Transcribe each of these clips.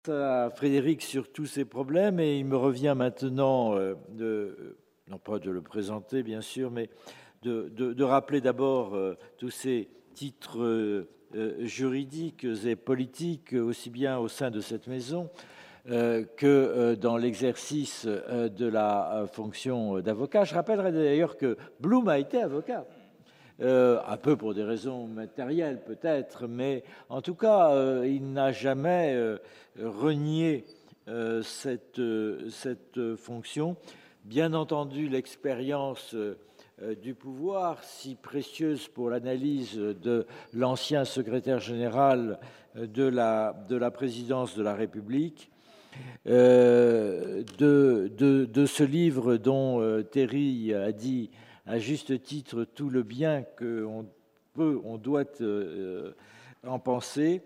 à Frédéric sur tous ces problèmes et il me revient maintenant non pas de le présenter bien sûr, mais de rappeler d'abord tous ces titres juridiques et politiques, aussi bien au sein de cette maison que dans l'exercice de la fonction d'avocat. Je rappellerai d'ailleurs que Blum a été avocat. Un peu pour des raisons matérielles peut-être, mais en tout cas, il n'a jamais renié cette fonction. Bien entendu, l'expérience du pouvoir, si précieuse pour l'analyse de l'ancien secrétaire général de la présidence de la République, de ce livre dont Terry a dit à juste titre tout le bien qu'on on doit en penser,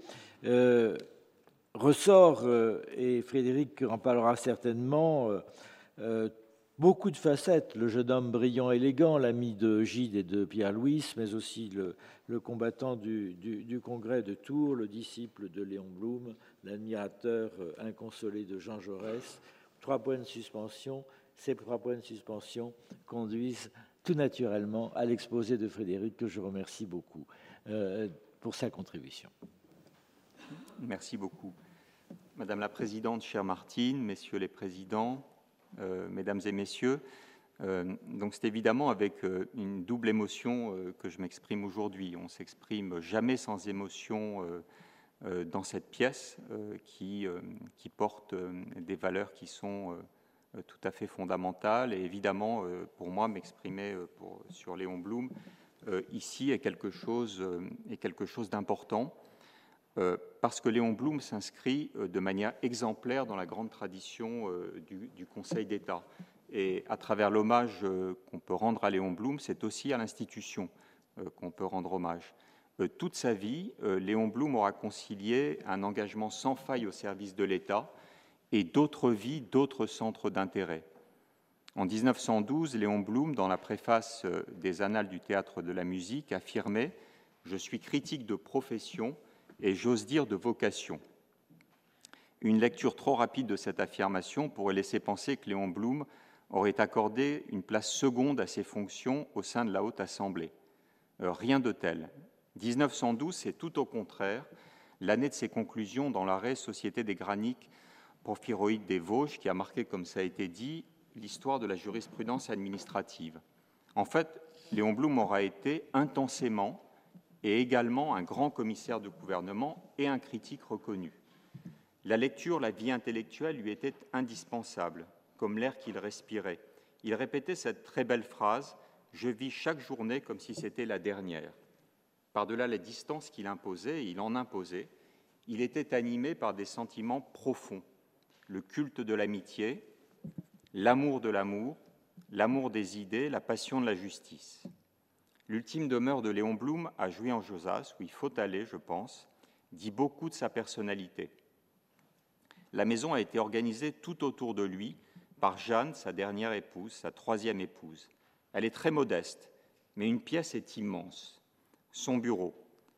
ressort, et Frédéric en parlera certainement, beaucoup de facettes. Le jeune homme brillant, élégant, l'ami de Gide et de Pierre-Louis, mais aussi le combattant du Congrès de Tours, le disciple de Léon Blum, l'admirateur inconsolé de Jean Jaurès. 3 points de suspension. Ces 3 points de suspension conduisent tout naturellement à l'exposé de Frédéric, que je remercie beaucoup pour sa contribution. Merci beaucoup. Madame la Présidente, chère Martine, Messieurs les Présidents, Mesdames et Messieurs, donc c'est évidemment avec une double émotion que je m'exprime aujourd'hui. On s'exprime jamais sans émotion dans cette pièce qui porte des valeurs qui sont tout à fait fondamentales. Et évidemment, pour moi, m'exprimer sur Léon Blum ici est quelque chose d'important. Parce que Léon Blum s'inscrit de manière exemplaire dans la grande tradition du Conseil d'État. Et à travers l'hommage qu'on peut rendre à Léon Blum, c'est aussi à l'institution qu'on peut rendre hommage. Toute sa vie, Léon Blum aura concilié un engagement sans faille au service de l'État et d'autres vies, d'autres centres d'intérêt. En 1912, Léon Blum, dans la préface des Annales du théâtre de la musique, affirmait « Je suis critique de profession et j'ose dire de vocation ». Une lecture trop rapide de cette affirmation pourrait laisser penser que Léon Blum aurait accordé une place seconde à ses fonctions au sein de la Haute Assemblée. Rien de tel. 1912, c'est tout au contraire l'année de ses conclusions dans l'arrêt Société des graniques porphyroïdes des Vosges, qui a marqué, comme ça a été dit, l'histoire de la jurisprudence administrative. En fait, Léon Blum aura été intensément et également un grand commissaire de gouvernement et un critique reconnu. La lecture, la vie intellectuelle lui était indispensable, comme l'air qu'il respirait. Il répétait cette très belle phrase « Je vis chaque journée comme si c'était la dernière ». Par-delà les distances qu'il imposait, et il en imposait, il était animé par des sentiments profonds, le culte de l'amitié, l'amour de l'amour, l'amour des idées, la passion de la justice. L'ultime demeure de Léon Blum à Jouy-en-Josas, où il faut aller, je pense, dit beaucoup de sa personnalité. La maison a été organisée tout autour de lui par Jeanne, sa dernière épouse, sa 3e épouse. Elle est très modeste, mais une pièce est immense. Son bureau.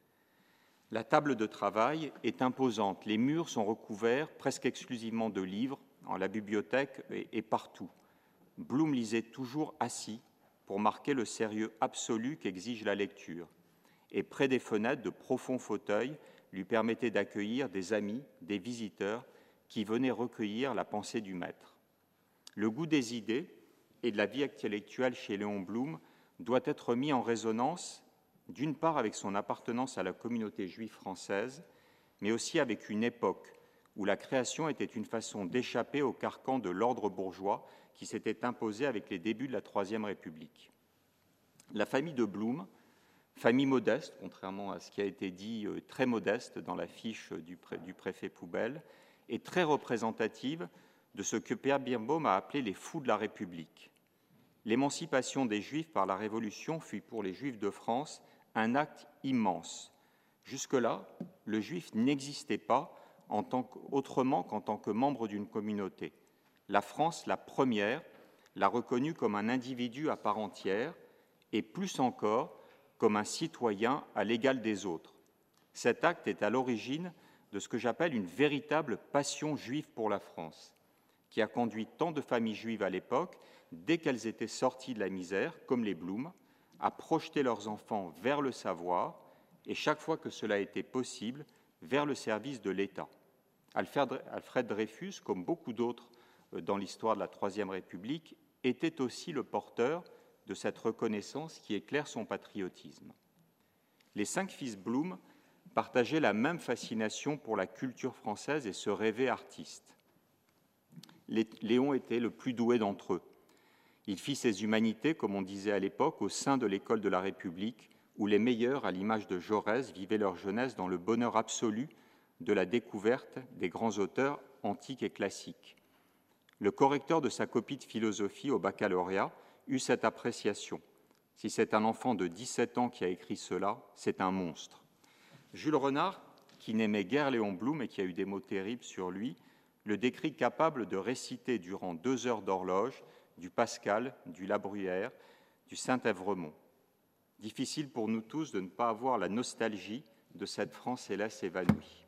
La table de travail est imposante. Les murs sont recouverts presque exclusivement de livres, en la bibliothèque et partout. Blum lisait toujours assis pour marquer le sérieux absolu qu'exige la lecture. Et près des fenêtres, de profonds fauteuils lui permettaient d'accueillir des amis, des visiteurs qui venaient recueillir la pensée du maître. Le goût des idées et de la vie intellectuelle chez Léon Blum doit être mis en résonance d'une part avec son appartenance à la communauté juive française, mais aussi avec une époque où la création était une façon d'échapper au carcan de l'ordre bourgeois qui s'était imposé avec les débuts de la Troisième République. La famille de Blum, famille modeste, contrairement à ce qui a été dit, très modeste dans la fiche du préfet Poubelle, est très représentative de ce que Pierre Birnbaum a appelé les fous de la République. L'émancipation des Juifs par la Révolution fut pour les Juifs de France un acte immense. Jusque-là, le Juif n'existait pas autrement qu'en tant que membre d'une communauté. La France, la première, l'a reconnu comme un individu à part entière et plus encore comme un citoyen à l'égal des autres. Cet acte est à l'origine de de ce que j'appelle une véritable passion juive pour la France, qui a conduit tant de familles juives à l'époque, dès qu'elles étaient sorties de la misère, comme les Blum, à projeter leurs enfants vers le savoir et, chaque fois que cela était possible, vers le service de l'État. Alfred Dreyfus, comme beaucoup d'autres dans l'histoire de la Troisième République, était aussi le porteur de cette reconnaissance qui éclaire son patriotisme. Les 5 fils Blum partageaient la même fascination pour la culture française et se rêvaient artistes. Léon était le plus doué d'entre eux. Il fit ses humanités, comme on disait à l'époque, au sein de l'école de la République, où les meilleurs, à l'image de Jaurès, vivaient leur jeunesse dans le bonheur absolu de la découverte des grands auteurs antiques et classiques. Le correcteur de sa copie de philosophie au baccalauréat eut cette appréciation. Si c'est un enfant de 17 ans qui a écrit cela, c'est un monstre. Jules Renard, qui n'aimait guère Léon Blum et qui a eu des mots terribles sur lui, le décrit capable de réciter durant 2 heures d'horloge du Pascal, du La Bruyère, du Saint-Évremont. Difficile pour nous tous de ne pas avoir la nostalgie de cette France, hélas, évanouie.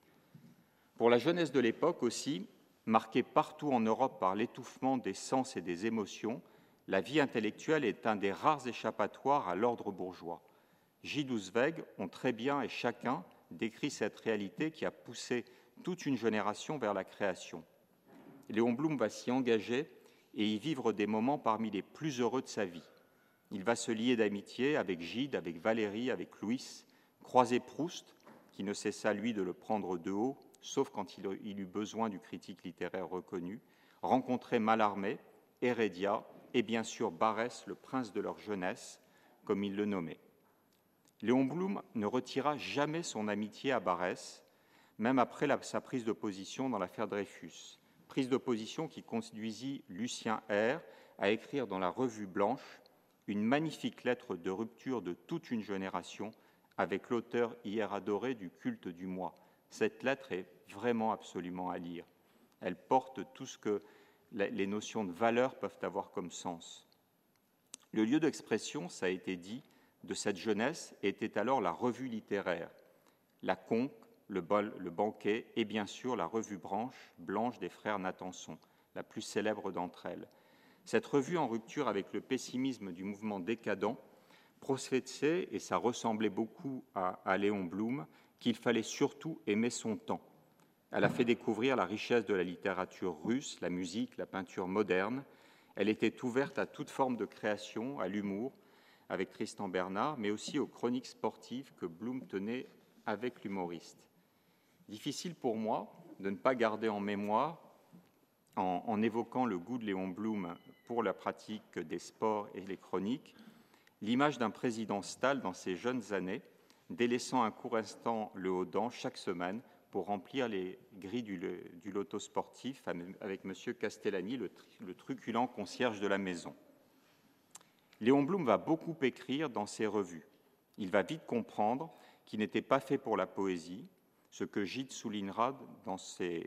Pour la jeunesse de l'époque aussi, marquée partout en Europe par l'étouffement des sens et des émotions, la vie intellectuelle est un des rares échappatoires à l'ordre bourgeois. Gide ou Zweig ont très bien et chacun décrit cette réalité qui a poussé toute une génération vers la création. Léon Blum va s'y engager et y vivre des moments parmi les plus heureux de sa vie. Il va se lier d'amitié avec Gide, avec Valérie, avec Louis, croiser Proust, qui ne cessa, lui, de le prendre de haut, sauf quand il eut besoin du critique littéraire reconnu, rencontrer Mallarmé, Hérédia et bien sûr Barrès, le prince de leur jeunesse, comme il le nommait. Léon Blum ne retira jamais son amitié à Barrès, même après sa prise de position dans l'affaire Dreyfus, prise de position qui conduisit Lucien R à écrire dans la Revue Blanche une magnifique lettre de rupture de toute une génération avec l'auteur hier adoré du Culte du Moi. Cette lettre est vraiment absolument à lire. Elle porte tout ce que les notions de valeur peuvent avoir comme sens. Le lieu d'expression, ça a été dit, de cette jeunesse était alors la revue littéraire, la Conque, le Banquet et bien sûr la revue Blanche des frères Natanson, la plus célèbre d'entre elles. Cette revue en rupture avec le pessimisme du mouvement décadent prophétisait, et ça ressemblait beaucoup à Léon Blum, qu'il fallait surtout aimer son temps. Elle a fait découvrir la richesse de la littérature russe, la musique, la peinture moderne. Elle était ouverte à toute forme de création, à l'humour, avec Tristan Bernard, mais aussi aux chroniques sportives que Blum tenait avec l'humoriste. Difficile pour moi de ne pas garder en mémoire, en évoquant le goût de Léon Blum pour la pratique des sports et les chroniques, l'image d'un président Stahl dans ses jeunes années, délaissant un court instant le Haut-Dent chaque semaine pour remplir les grilles du loto sportif avec M. Castellani, le truculent concierge de la maison. Léon Blum va beaucoup écrire dans ses revues. Il va vite comprendre qu'il n'était pas fait pour la poésie, ce que Gide soulignera dans ses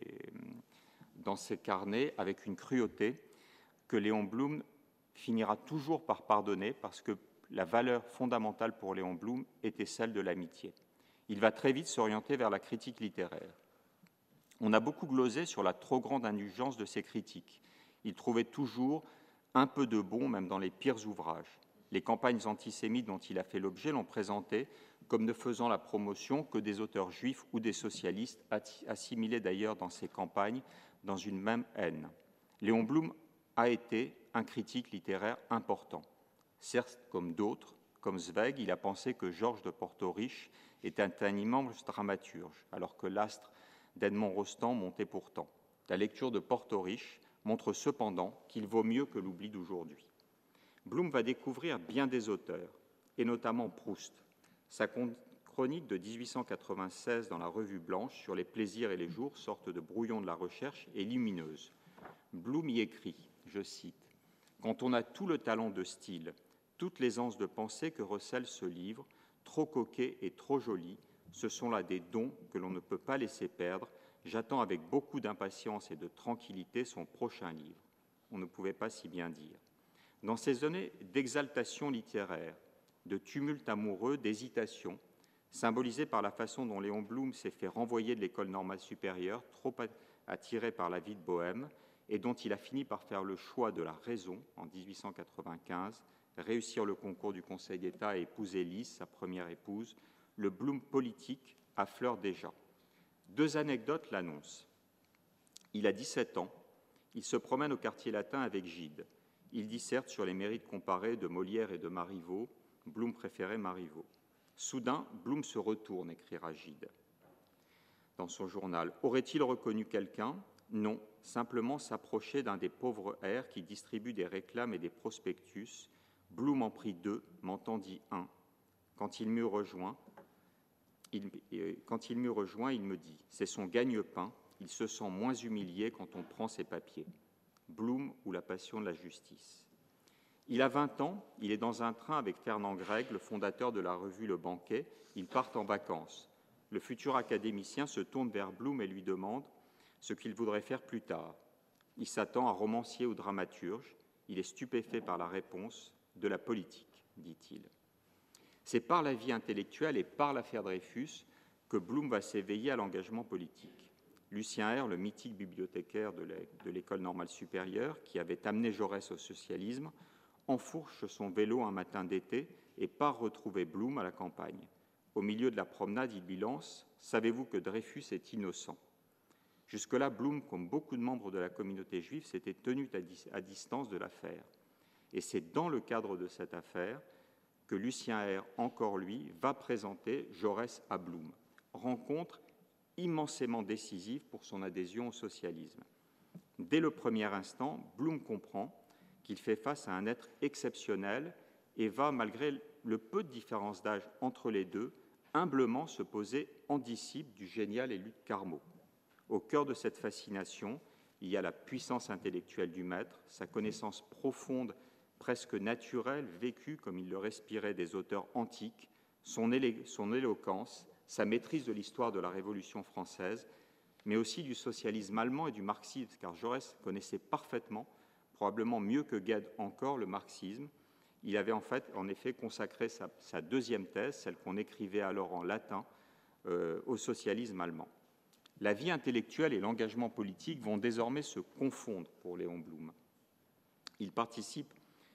carnets avec une cruauté que Léon Blum finira toujours par pardonner parce que la valeur fondamentale pour Léon Blum était celle de l'amitié. Il va très vite s'orienter vers la critique littéraire. On a beaucoup glosé sur la trop grande indulgence de ses critiques. Il trouvait toujours un peu de bon, même dans les pires ouvrages. Les campagnes antisémites dont il a fait l'objet l'ont présenté comme ne faisant la promotion que des auteurs juifs ou des socialistes, assimilés d'ailleurs dans ses campagnes dans une même haine. Léon Blum a été un critique littéraire important. Certes, comme d'autres, comme Zweig, il a pensé que Georges de Portoriche était un immense dramaturge, alors que l'astre d'Edmond Rostand montait pourtant. La lecture de Portoriche montre cependant qu'il vaut mieux que l'oubli d'aujourd'hui. Blum va découvrir bien des auteurs, et notamment Proust. Sa chronique de 1896 dans la Revue Blanche sur les plaisirs et les jours, sorte de brouillon de la recherche, est lumineuse. Blum y écrit, je cite, « Quand on a tout le talent de style, toute l'aisance de pensée que recèle ce livre, trop coquet et trop joli, ce sont là des dons que l'on ne peut pas laisser perdre. J'attends avec beaucoup d'impatience et de tranquillité son prochain livre. » On ne pouvait pas si bien dire. Dans ces années d'exaltation littéraire, de tumulte amoureux, d'hésitation, symbolisée par la façon dont Léon Blum s'est fait renvoyer de l'école normale supérieure, trop attiré par la vie de bohème, et dont il a fini par faire le choix de la raison en 1895, réussir le concours du Conseil d'État et épouser Lise, sa première épouse, le Blum politique affleure déjà. 2 anecdotes l'annoncent. Il a 17 ans, il se promène au quartier latin avec Gide. Il disserte sur les mérites comparés de Molière et de Marivaux. Blum préférait Marivaux. Soudain, Blum se retourne, écrira Gide dans son journal. Aurait-il reconnu quelqu'un ? Non, simplement s'approcher d'un des pauvres airs qui distribuent des réclames et des prospectus. Blum en prit 2, m'entendit 1. Quand il m'eut rejoint, il me dit « C'est son gagne-pain, il se sent moins humilié quand on prend ses papiers. » Blum ou la passion de la justice. Il a 20 ans, il est dans un train avec Fernand Gregg, le fondateur de la revue Le Banquet. Ils partent en vacances. Le futur académicien se tourne vers Blum et lui demande ce qu'il voudrait faire plus tard. Il s'attend à romancier ou dramaturge. Il est stupéfait par la réponse « de la politique », dit-il. C'est par la vie intellectuelle et par l'affaire Dreyfus que Blum va s'éveiller à l'engagement politique. Lucien Hère, le mythique bibliothécaire de l'École normale supérieure, qui avait amené Jaurès au socialisme, enfourche son vélo un matin d'été et part retrouver Blum à la campagne. Au milieu de la promenade, il lui lance « Savez-vous que Dreyfus est innocent ?» Jusque-là, Blum, comme beaucoup de membres de la communauté juive, s'était tenu à distance de l'affaire. Et c'est dans le cadre de cette affaire que Lucien Hère, encore lui, va présenter Jaurès à Blum. Rencontre immensément décisive pour son adhésion au socialisme. Dès le premier instant, Blum comprend qu'il fait face à un être exceptionnel et va, malgré le peu de différence d'âge entre les deux, humblement se poser en disciple du génial élu de Carmaux. Au cœur de cette fascination, il y a la puissance intellectuelle du maître, sa connaissance profonde, presque naturelle, vécue comme il le respirait des auteurs antiques, son éloquence, sa maîtrise de l'histoire de la Révolution française, mais aussi du socialisme allemand et du marxisme, car Jaurès connaissait parfaitement, probablement mieux que Gued encore, le marxisme. Il avait en effet consacré sa deuxième thèse, celle qu'on écrivait alors en latin, au socialisme allemand. La vie intellectuelle et l'engagement politique vont désormais se confondre pour Léon Blum. Il participe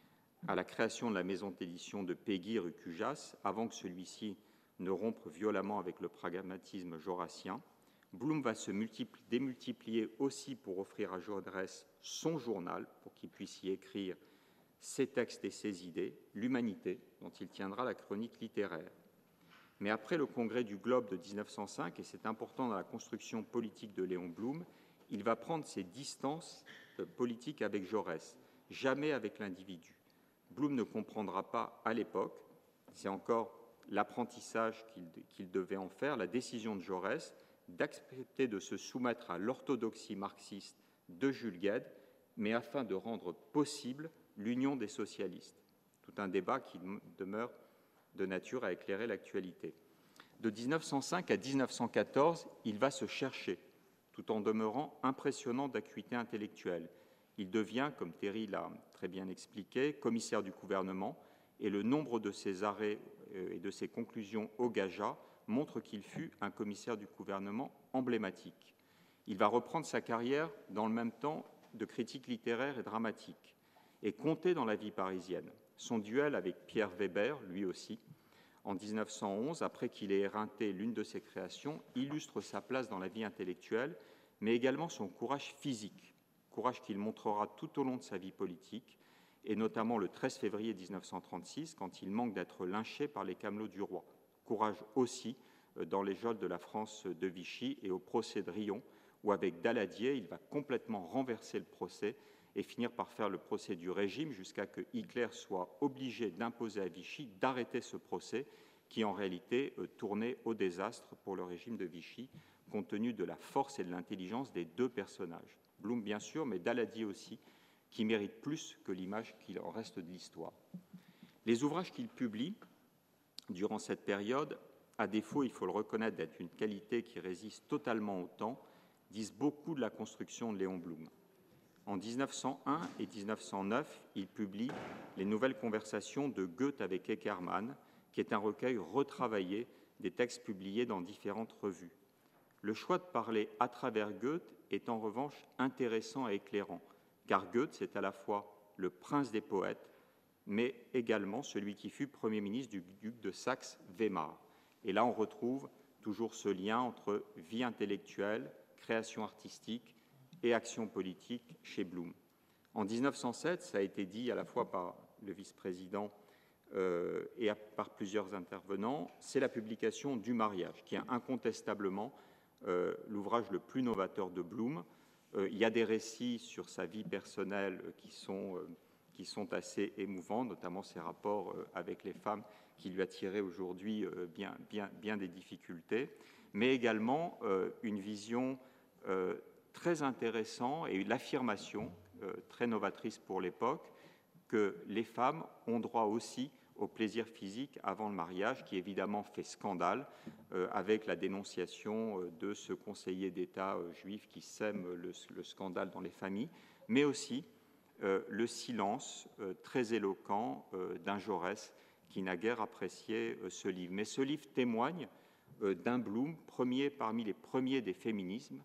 à la création de la maison d'édition de Péguy rue Cujas, avant que celui-ci ne rompe violemment avec le pragmatisme jurassien. Blum va se démultiplier aussi pour offrir à Jaurès son journal, pour qu'il puisse y écrire ses textes et ses idées, l'Humanité, dont il tiendra la chronique littéraire. Mais après le congrès du Globe de 1905, et c'est important dans la construction politique de Léon Blum, il va prendre ses distances politiques avec Jaurès, jamais avec l'individu. Blum ne comprendra pas à l'époque, c'est encore l'apprentissage qu'il devait en faire, la décision de Jaurès d'accepter de se soumettre à l'orthodoxie marxiste de Jules Gued, mais afin de rendre possible l'union des socialistes. Tout un débat qui demeure de nature à éclairer l'actualité. De 1905 à 1914, il va se chercher, tout en demeurant impressionnant d'acuité intellectuelle. Il devient, comme Terry l'a très bien expliqué, commissaire du gouvernement, et le nombre de ses arrêts et de ses conclusions au Gaja montre qu'il fut un commissaire du gouvernement emblématique. Il va reprendre sa carrière dans le même temps de critique littéraire et dramatique, et compter dans la vie parisienne. Son duel avec Pierre Weber, lui aussi, en 1911, après qu'il ait éreinté l'une de ses créations, illustre sa place dans la vie intellectuelle, mais également son courage physique, courage qu'il montrera tout au long de sa vie politique, et notamment le 13 février 1936, quand il manque d'être lynché par les camelots du roi. Courage aussi dans les geôles de la France de Vichy et au procès de Riom, où avec Daladier, il va complètement renverser le procès et finir par faire le procès du régime jusqu'à que Hitler soit obligé d'imposer à Vichy d'arrêter ce procès qui, en réalité, tournait au désastre pour le régime de Vichy, compte tenu de la force et de l'intelligence des deux personnages. Blum, bien sûr, mais Daladier aussi, qui mérite plus que l'image qu'il en reste de l'histoire. Les ouvrages qu'il publie durant cette période, à défaut, il faut le reconnaître, d'être d'une qualité qui résiste totalement au temps, disent beaucoup de la construction de Léon Blum. En 1901 et 1909, il publie Les Nouvelles Conversations de Goethe avec Eckermann, qui est un recueil retravaillé des textes publiés dans différentes revues. Le choix de parler à travers Goethe est en revanche intéressant et éclairant, car Goethe, c'est à la fois le prince des poètes, mais également celui qui fut Premier ministre du duc de Saxe-Weimar. Et là, on retrouve toujours ce lien entre vie intellectuelle, création artistique et action politique chez Blum. En 1907, ça a été dit à la fois par le vice-président et par plusieurs intervenants, c'est la publication du mariage, qui est incontestablement l'ouvrage le plus novateur de Blum. Il y a des récits sur sa vie personnelle qui sont assez émouvants, notamment ses rapports avec les femmes qui lui a tiré aujourd'hui bien des difficultés, mais également une vision très intéressante et l'affirmation très novatrice pour l'époque que les femmes ont droit aussi au plaisir physique avant le mariage, qui évidemment fait scandale avec la dénonciation de ce conseiller d'État juif qui sème le scandale dans les familles, mais aussi le silence très éloquent d'un Jaurès qui n'a guère apprécié ce livre. Mais ce livre témoigne d'un Blum, parmi les premiers des féminismes.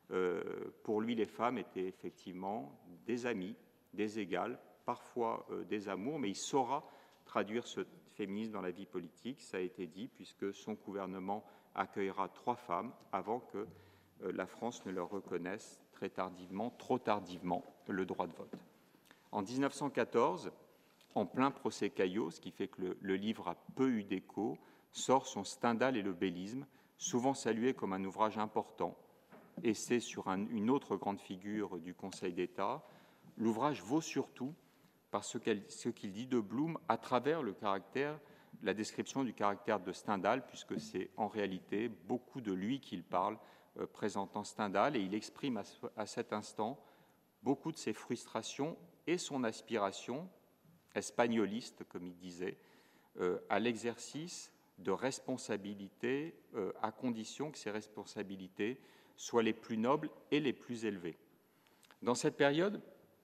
Pour lui, les femmes étaient effectivement des amies, des égales, parfois des amours, mais il saura traduire ce féminisme dans la vie politique, ça a été dit, puisque son gouvernement accueillera 3 femmes avant que la France ne leur reconnaisse trop tardivement, le droit de vote. En 1914, en plein procès Caillaux, ce qui fait que le livre a peu eu d'écho, sort son Stendhal et le bellisme, souvent salué comme un ouvrage important, essai sur une autre grande figure du Conseil d'État. L'ouvrage vaut surtout par ce qu'il dit de Blum à travers la description du caractère de Stendhal, puisque c'est en réalité beaucoup de lui qu'il parle, présentant Stendhal, et il exprime à cet instant beaucoup de ses frustrations et son aspiration, espagnoliste, comme il disait, à l'exercice de responsabilités, à condition que ces responsabilités soient les plus nobles et les plus élevées. Dans cette période,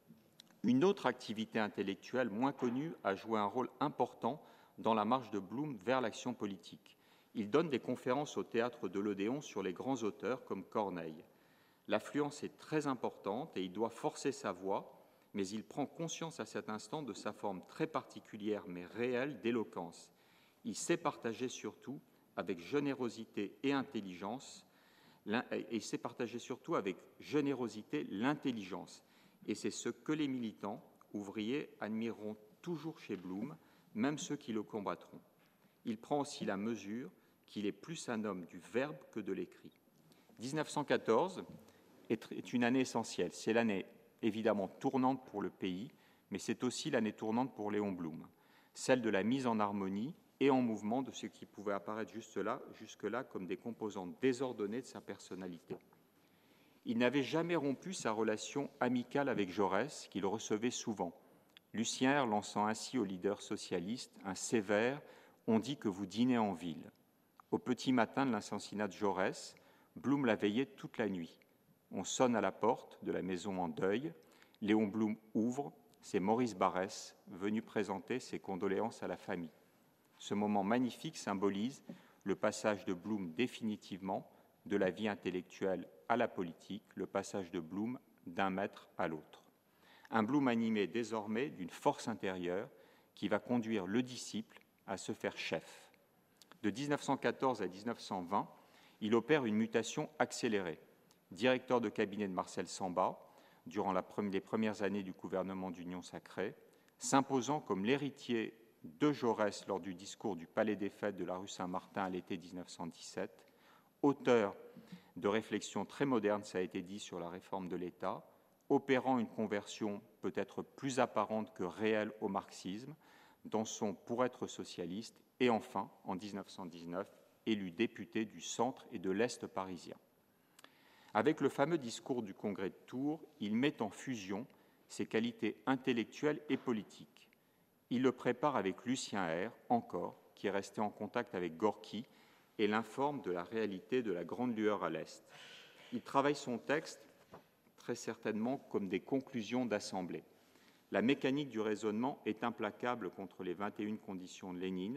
une autre activité intellectuelle moins connue a joué un rôle important dans la marche de Blum vers l'action politique. Il donne des conférences au théâtre de l'Odéon sur les grands auteurs comme Corneille. L'affluence est très importante et il doit forcer sa voix, mais il prend conscience à cet instant de sa forme très particulière mais réelle d'éloquence. Il sait partager surtout avec générosité et intelligence, l'intelligence. Et c'est ce que les militants ouvriers admireront toujours chez Blum, même ceux qui le combattront. Il prend aussi la mesure qu'il est plus un homme du verbe que de l'écrit. 1914 est une année essentielle. C'est l'année évidemment tournante pour le pays, mais c'est aussi l'année tournante pour Léon Blum, celle de la mise en harmonie et en mouvement de ce qui pouvait apparaître jusque-là comme des composantes désordonnées de sa personnalité. Il n'avait jamais rompu sa relation amicale avec Jaurès, qu'il recevait souvent. Lucien lançant ainsi au leader socialiste un sévère « On dit que vous dînez en ville ». Au petit matin de l'assassinat de Jaurès, Blum la veillait toute la nuit. On sonne à la porte de la maison en deuil. Léon Blum ouvre. C'est Maurice Barrès, venu présenter ses condoléances à la famille. Ce moment magnifique symbolise le passage de Blum définitivement de la vie intellectuelle à la politique, le passage de Blum d'un maître à l'autre. Un Blum animé désormais d'une force intérieure qui va conduire le disciple à se faire chef. De 1914 à 1920, il opère une mutation accélérée. Directeur de cabinet de Marcel Sembat, durant les premières années du gouvernement d'Union sacrée, s'imposant comme l'héritier de Jaurès lors du discours du Palais des Fêtes de la rue Saint-Martin à l'été 1917, auteur de réflexions très modernes, ça a été dit, sur la réforme de l'État, opérant une conversion peut-être plus apparente que réelle au marxisme, dans son pour être socialiste, et enfin, en 1919, élu député du centre et de l'Est parisien. Avec le fameux discours du Congrès de Tours, il met en fusion ses qualités intellectuelles et politiques. Il le prépare avec Lucien Hère, encore, qui est resté en contact avec Gorky, et l'informe de la réalité de la grande lueur à l'Est. Il travaille son texte très certainement comme des conclusions d'assemblée. La mécanique du raisonnement est implacable contre les 21 conditions de Lénine,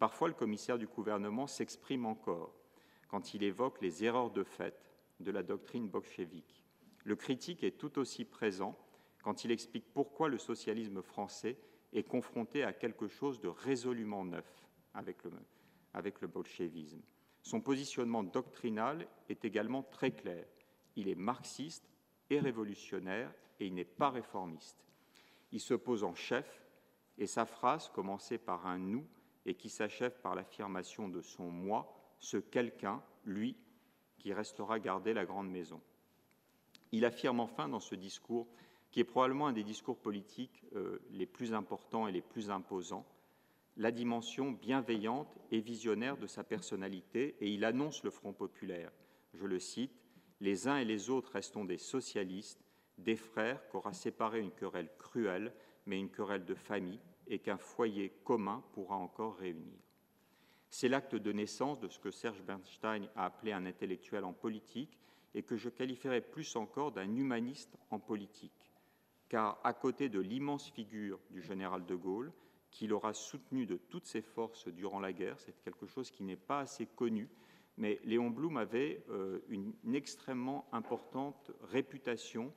Parfois, le commissaire du gouvernement s'exprime encore quand il évoque les erreurs de fait de la doctrine bolchevique. Le critique est tout aussi présent quand il explique pourquoi le socialisme français est confronté à quelque chose de résolument neuf avec le bolchevisme. Son positionnement doctrinal est également très clair. Il est marxiste et révolutionnaire et il n'est pas réformiste. Il se pose en chef et sa phrase, commencée par un « nous » et qui s'achève par l'affirmation de son « moi », ce quelqu'un, lui, qui restera garder la grande maison. Il affirme enfin dans ce discours, qui est probablement un des discours politiques les plus importants et les plus imposants, la dimension bienveillante et visionnaire de sa personnalité, et il annonce le Front populaire. Je le cite, « Les uns et les autres restons des socialistes, des frères qu'aura séparé une querelle cruelle, mais une querelle de famille, et qu'un foyer commun pourra encore réunir. » C'est l'acte de naissance de ce que Serge Bernstein a appelé un intellectuel en politique et que je qualifierais plus encore d'un humaniste en politique. Car à côté de l'immense figure du général de Gaulle, qu'il aura soutenu de toutes ses forces durant la guerre, c'est quelque chose qui n'est pas assez connu, mais Léon Blum avait une extrêmement importante réputation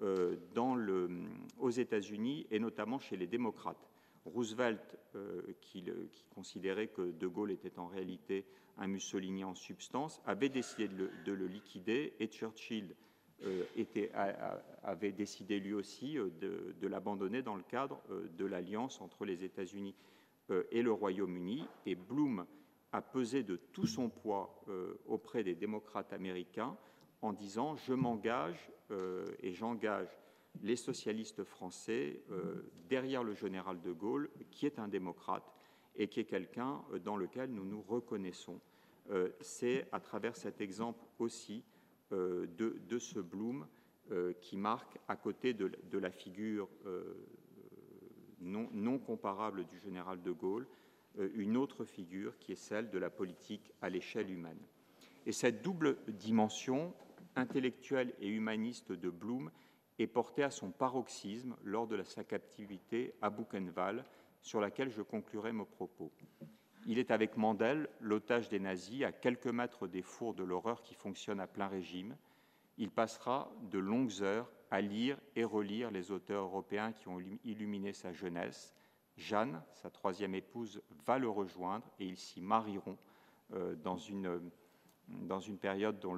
aux États-Unis et notamment chez les démocrates. Roosevelt, qui considérait que De Gaulle était en réalité un Mussolini en substance, avait décidé de le liquider, et Churchill avait décidé lui aussi de l'abandonner dans le cadre de l'alliance entre les États-Unis et le Royaume-Uni. Et Blum a pesé de tout son poids auprès des démocrates américains en disant « je m'engage et j'engage les socialistes français derrière le général de Gaulle, qui est un démocrate et qui est quelqu'un dans lequel nous nous reconnaissons. » C'est à travers cet exemple aussi de ce Blum qui marque, à côté de la figure non comparable du général de Gaulle, une autre figure qui est celle de la politique à l'échelle humaine. Et cette double dimension intellectuelle et humaniste de Blum est portée à son paroxysme lors de sa captivité à Buchenwald, sur laquelle je conclurai mes propos. Il est avec Mandel l'otage des nazis, à quelques mètres des fours de l'horreur qui fonctionnent à plein régime. Il passera de longues heures à lire et relire les auteurs européens qui ont illuminé sa jeunesse. Jeanne, sa troisième épouse, va le rejoindre et ils s'y marieront dans une période dont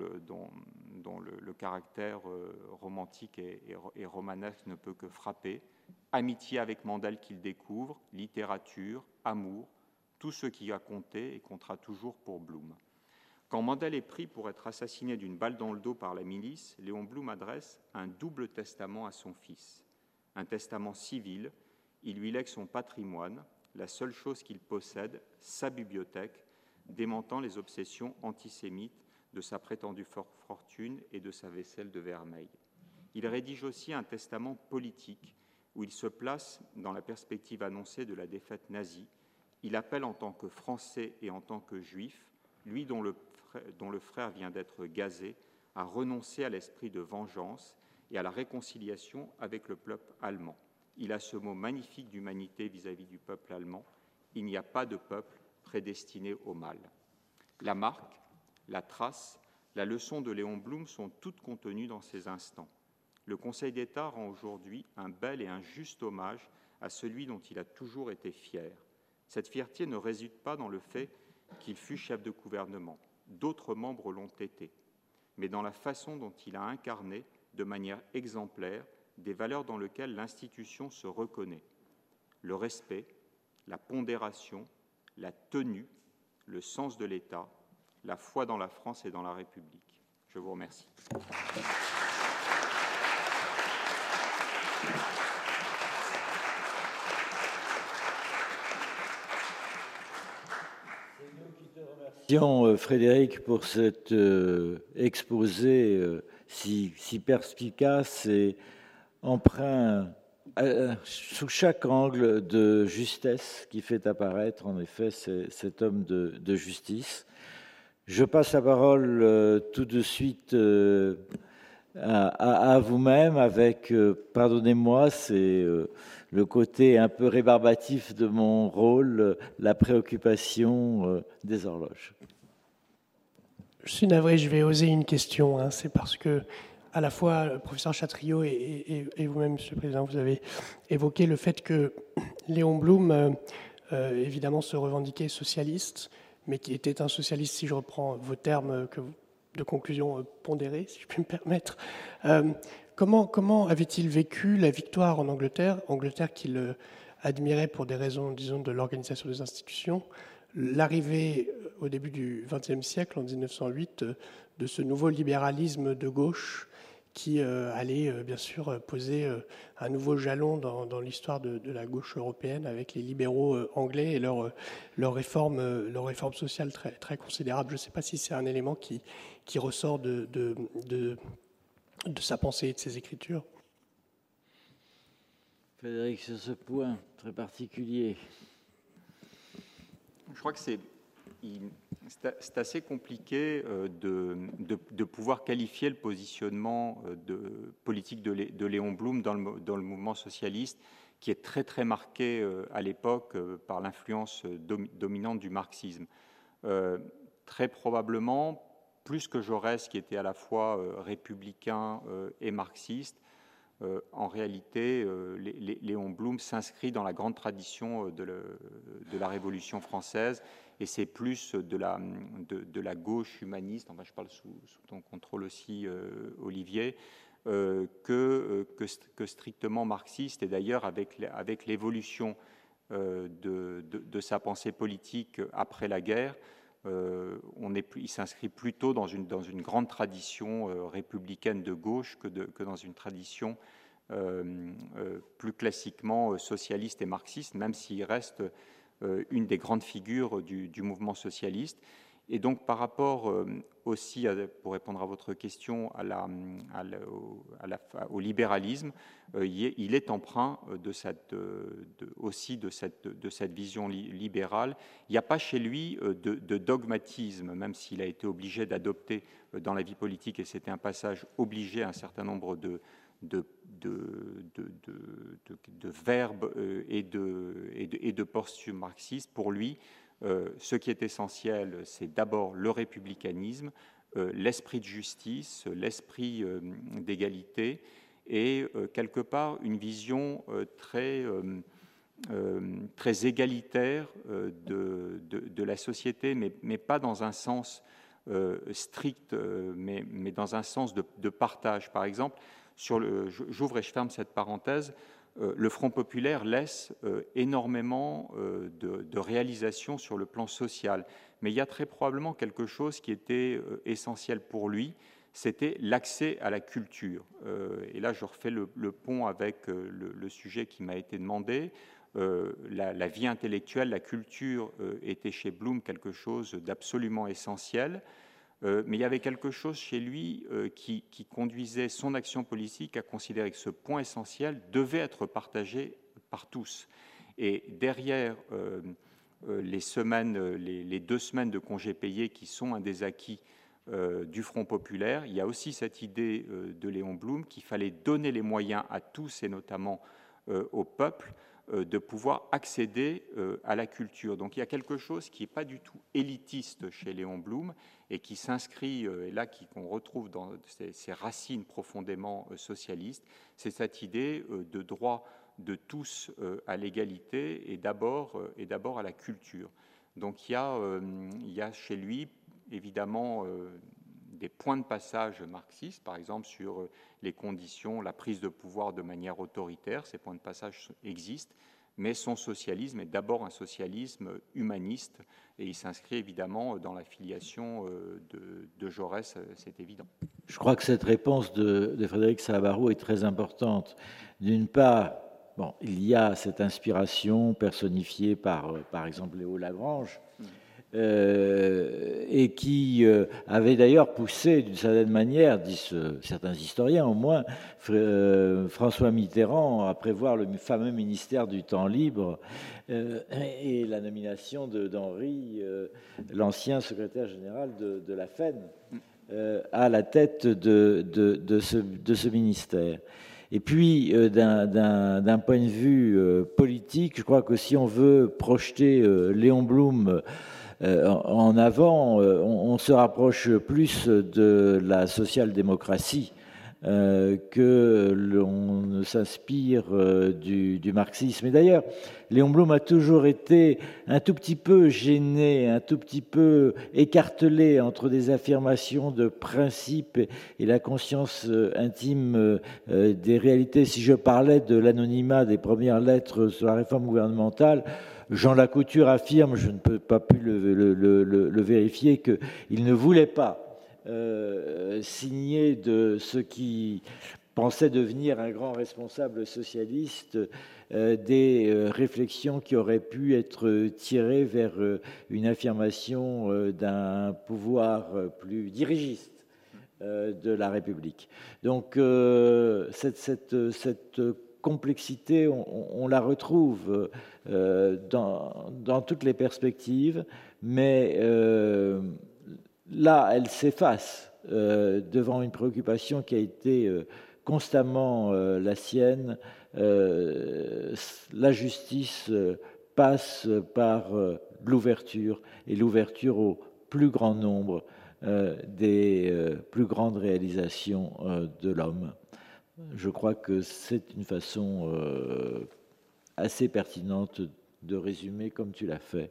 le caractère romantique et romanesque ne peut que frapper. Amitié avec Mandel qu'il découvre, littérature, amour, tout ce qui a compté et comptera toujours pour Blum. Quand Mandel est pris pour être assassiné d'une balle dans le dos par la milice, Léon Blum adresse un double testament à son fils. Un testament civil, il lui lègue son patrimoine, la seule chose qu'il possède, sa bibliothèque, démentant les obsessions antisémites de sa prétendue fortune et de sa vaisselle de vermeil. Il rédige aussi un testament politique où il se place dans la perspective annoncée de la défaite nazie. Il appelle en tant que Français et en tant que Juif, lui dont le frère vient d'être gazé, à renoncer à l'esprit de vengeance et à la réconciliation avec le peuple allemand. Il a ce mot magnifique d'humanité vis-à-vis du peuple allemand. Il n'y a pas de peuple prédestiné au mal. La marque, la trace, la leçon de Léon Blum sont toutes contenues dans ces instants. Le Conseil d'État rend aujourd'hui un bel et un juste hommage à celui dont il a toujours été fier. Cette fierté ne réside pas dans le fait qu'il fut chef de gouvernement. D'autres membres l'ont été, mais dans la façon dont il a incarné, de manière exemplaire, des valeurs dans lesquelles l'institution se reconnaît. Le respect, la pondération, la tenue, le sens de l'État, la foi dans la France et dans la République. Je vous remercie. Merci Frédéric pour cet exposé si perspicace et empreint sous chaque angle de justesse qui fait apparaître en effet cet homme de justice. Je passe la parole tout de suite à vous-même avec, pardonnez-moi, c'est le côté un peu rébarbatif de mon rôle, la préoccupation des horloges. Je suis navré, je vais oser une question. Hein. C'est parce que, à la fois, le professeur Chatriot et vous-même, Monsieur le Président, vous avez évoqué le fait que Léon Blum, évidemment, se revendiquait socialiste, mais qui était un socialiste, si je reprends vos termes de conclusion pondérée, si je puis me permettre. Comment avait-il vécu la victoire en Angleterre qu'il admirait pour des raisons, disons, de l'organisation des institutions, l'arrivée au début du XXe siècle, en 1908, de ce nouveau libéralisme de gauche qui allait bien sûr poser un nouveau jalon dans l'histoire de la gauche européenne avec les libéraux anglais et leurs réformes sociales très, très considérables. Je ne sais pas si c'est un élément qui ressort de sa pensée et de ses écritures. Frédéric, sur ce point très particulier. Je crois que c'est assez compliqué de pouvoir qualifier le positionnement politique de Léon Blum dans le mouvement socialiste, qui est très très marqué à l'époque par l'influence dominante du marxisme. Très probablement, plus que Jaurès, qui était à la fois républicain et marxiste, en réalité, Léon Blum s'inscrit dans la grande tradition de la Révolution française, et c'est plus de la gauche humaniste, enfin je parle sous ton contrôle aussi, Olivier, que strictement marxiste. Et d'ailleurs, avec l'évolution de sa pensée politique après la guerre, il s'inscrit plutôt dans une grande tradition républicaine de gauche que dans une tradition plus classiquement socialiste et marxiste, même s'il reste une des grandes figures du mouvement socialiste. Et donc, par rapport aussi, pour répondre à votre question, au libéralisme, il est empreint aussi de cette vision libérale. Il n'y a pas chez lui de dogmatisme, même s'il a été obligé d'adopter dans la vie politique, et c'était un passage obligé, un certain nombre de verbes et de postures marxistes. Pour lui, ce qui est essentiel, c'est d'abord le républicanisme, l'esprit de justice, l'esprit d'égalité, et quelque part une vision très égalitaire de la société, mais pas dans un sens strict, mais dans un sens de partage. Par exemple, j'ouvre et je ferme cette parenthèse, le Front populaire laisse énormément de réalisations sur le plan social. Mais il y a très probablement quelque chose qui était essentiel pour lui, c'était l'accès à la culture. Et là, je refais le pont avec le sujet qui m'a été demandé. La vie intellectuelle, la culture était chez Blum quelque chose d'absolument essentiel. Mais il y avait quelque chose chez lui qui conduisait son action politique à considérer que ce point essentiel devait être partagé par tous. Et derrière les 2 semaines de congés payés qui sont un des acquis du Front populaire, il y a aussi cette idée de Léon Blum qu'il fallait donner les moyens à tous, et notamment au peuple, de pouvoir accéder à la culture. Donc il y a quelque chose qui n'est pas du tout élitiste chez Léon Blum et qui s'inscrit, et là qu'on retrouve dans ses racines profondément socialistes, c'est cette idée de droit de tous à l'égalité et d'abord à la culture. Donc il y a chez lui évidemment des points de passage marxistes, par exemple sur les conditions, la prise de pouvoir de manière autoritaire. Ces points de passage existent, mais son socialisme est d'abord un socialisme humaniste, et il s'inscrit évidemment dans la filiation de Jaurès, c'est évident. Je crois que cette réponse de Frédéric Savaroux est très importante. D'une part, il y a cette inspiration personnifiée par exemple, Léo Lagrange, et qui avait d'ailleurs poussé d'une certaine manière, disent certains historiens au moins, François Mitterrand à prévoir le fameux ministère du temps libre et la nomination d'Henri, l'ancien secrétaire général de la FEN. à la tête de ce ministère. Et puis, d'un point de vue politique, je crois que si on veut projeter Léon Blum en avant, on se rapproche plus de la social-démocratie que l'on ne s'inspire du marxisme. Et d'ailleurs, Léon Blum a toujours été un tout petit peu gêné, un tout petit peu écartelé entre des affirmations de principe et la conscience intime des réalités. Si je parlais de l'anonymat des premières lettres sur la réforme gouvernementale, Jean Lacouture affirme, je ne peux pas plus le vérifier, qu'il ne voulait pas signer de ce qui pensait devenir un grand responsable socialiste des réflexions qui auraient pu être tirées vers une affirmation d'un pouvoir plus dirigiste de la République. Donc cette complexité, on la retrouve dans toutes les perspectives, mais là, elle s'efface devant une préoccupation qui a été constamment la sienne. La justice passe par l'ouverture, et l'ouverture au plus grand nombre des plus grandes réalisations de l'homme. Je crois que c'est une façon assez pertinente de résumer, comme tu l'as fait,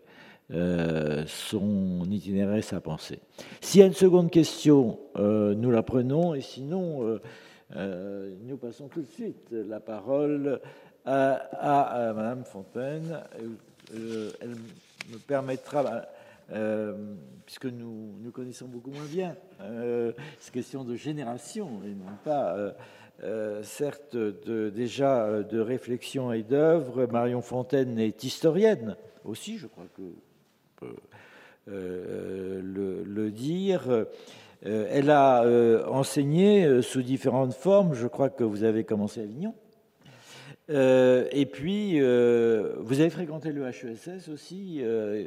son itinéraire et sa pensée. S'il y a une seconde question, nous la prenons, et sinon, nous passons tout de suite la parole à Madame Fontaine. Elle me permettra, puisque nous connaissons beaucoup moins bien ces questions de génération, et non pas, certes, déjà de réflexion et d'œuvre. Marion Fontaine est historienne aussi, je crois que le dire. Elle a enseigné sous différentes formes. Je crois que vous avez commencé à Avignon. Et puis, vous avez fréquenté le HESS aussi.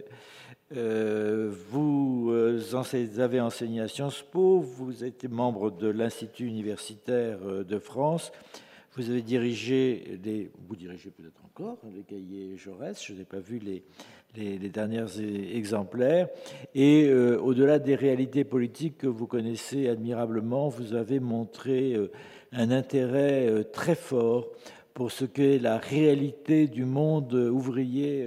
Vous avez enseigné à Sciences Po. Vous êtes membre de l'Institut universitaire de France. Vous avez dirigé, vous dirigez peut-être encore les cahiers Jaurès. Je n'ai pas vu les derniers exemplaires. Et au-delà des réalités politiques que vous connaissez admirablement, vous avez montré un intérêt très fort pour ce qu'est la réalité du monde ouvrier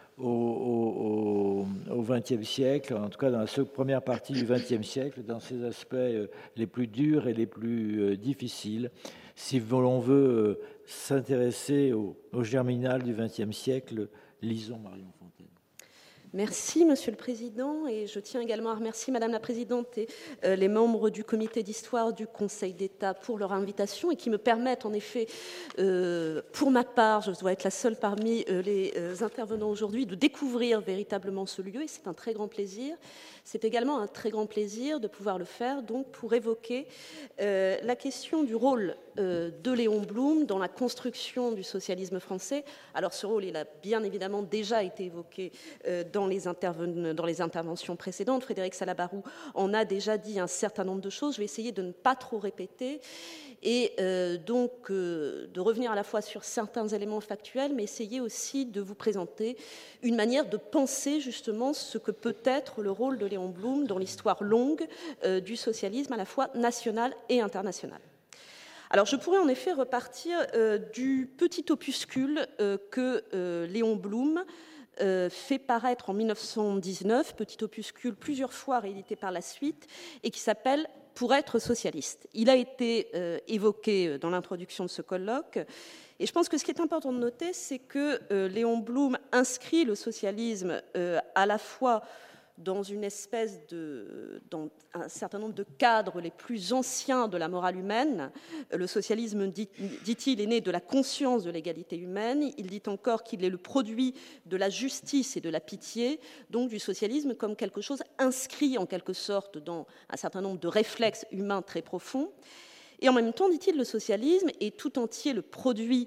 au XXe siècle, en tout cas dans la première partie du XXe siècle, dans ses aspects les plus durs et les plus difficiles. Si l'on veut s'intéresser au germinal du XXe siècle, lisons Marion Fontaine. Merci, Monsieur le Président, et je tiens également à remercier Madame la Présidente et les membres du Comité d'Histoire du Conseil d'État pour leur invitation et qui me permettent, en effet, pour ma part, je dois être la seule parmi les intervenants aujourd'hui, de découvrir véritablement ce lieu, et c'est un très grand plaisir. C'est également un très grand plaisir de pouvoir le faire, donc, pour évoquer la question du rôle de Léon Blum dans la construction du socialisme français. Alors, ce rôle, il a bien évidemment déjà été évoqué dans les interventions précédentes. Frédéric Salabarou en a déjà dit un certain nombre de choses. Je vais essayer de ne pas trop répéter et donc de revenir à la fois sur certains éléments factuels, mais essayer aussi de vous présenter une manière de penser justement ce que peut être le rôle de Léon Blum dans l'histoire longue du socialisme à la fois national et international. Alors, je pourrais en effet repartir du petit opuscule que Léon Blum fait paraître en 1919, petit opuscule plusieurs fois réédité par la suite, et qui s'appelle « Pour être socialiste ». Il a été évoqué dans l'introduction de ce colloque, et je pense que ce qui est important de noter, c'est que Léon Blum inscrit le socialisme à la fois dans une espèce dans un certain nombre de cadres les plus anciens de la morale humaine. Le socialisme, dit-il, est né de la conscience de l'égalité humaine. Il dit encore qu'il est le produit de la justice et de la pitié, donc du socialisme comme quelque chose inscrit en quelque sorte dans un certain nombre de réflexes humains très profonds. Et en même temps, dit-il, le socialisme est tout entier le produit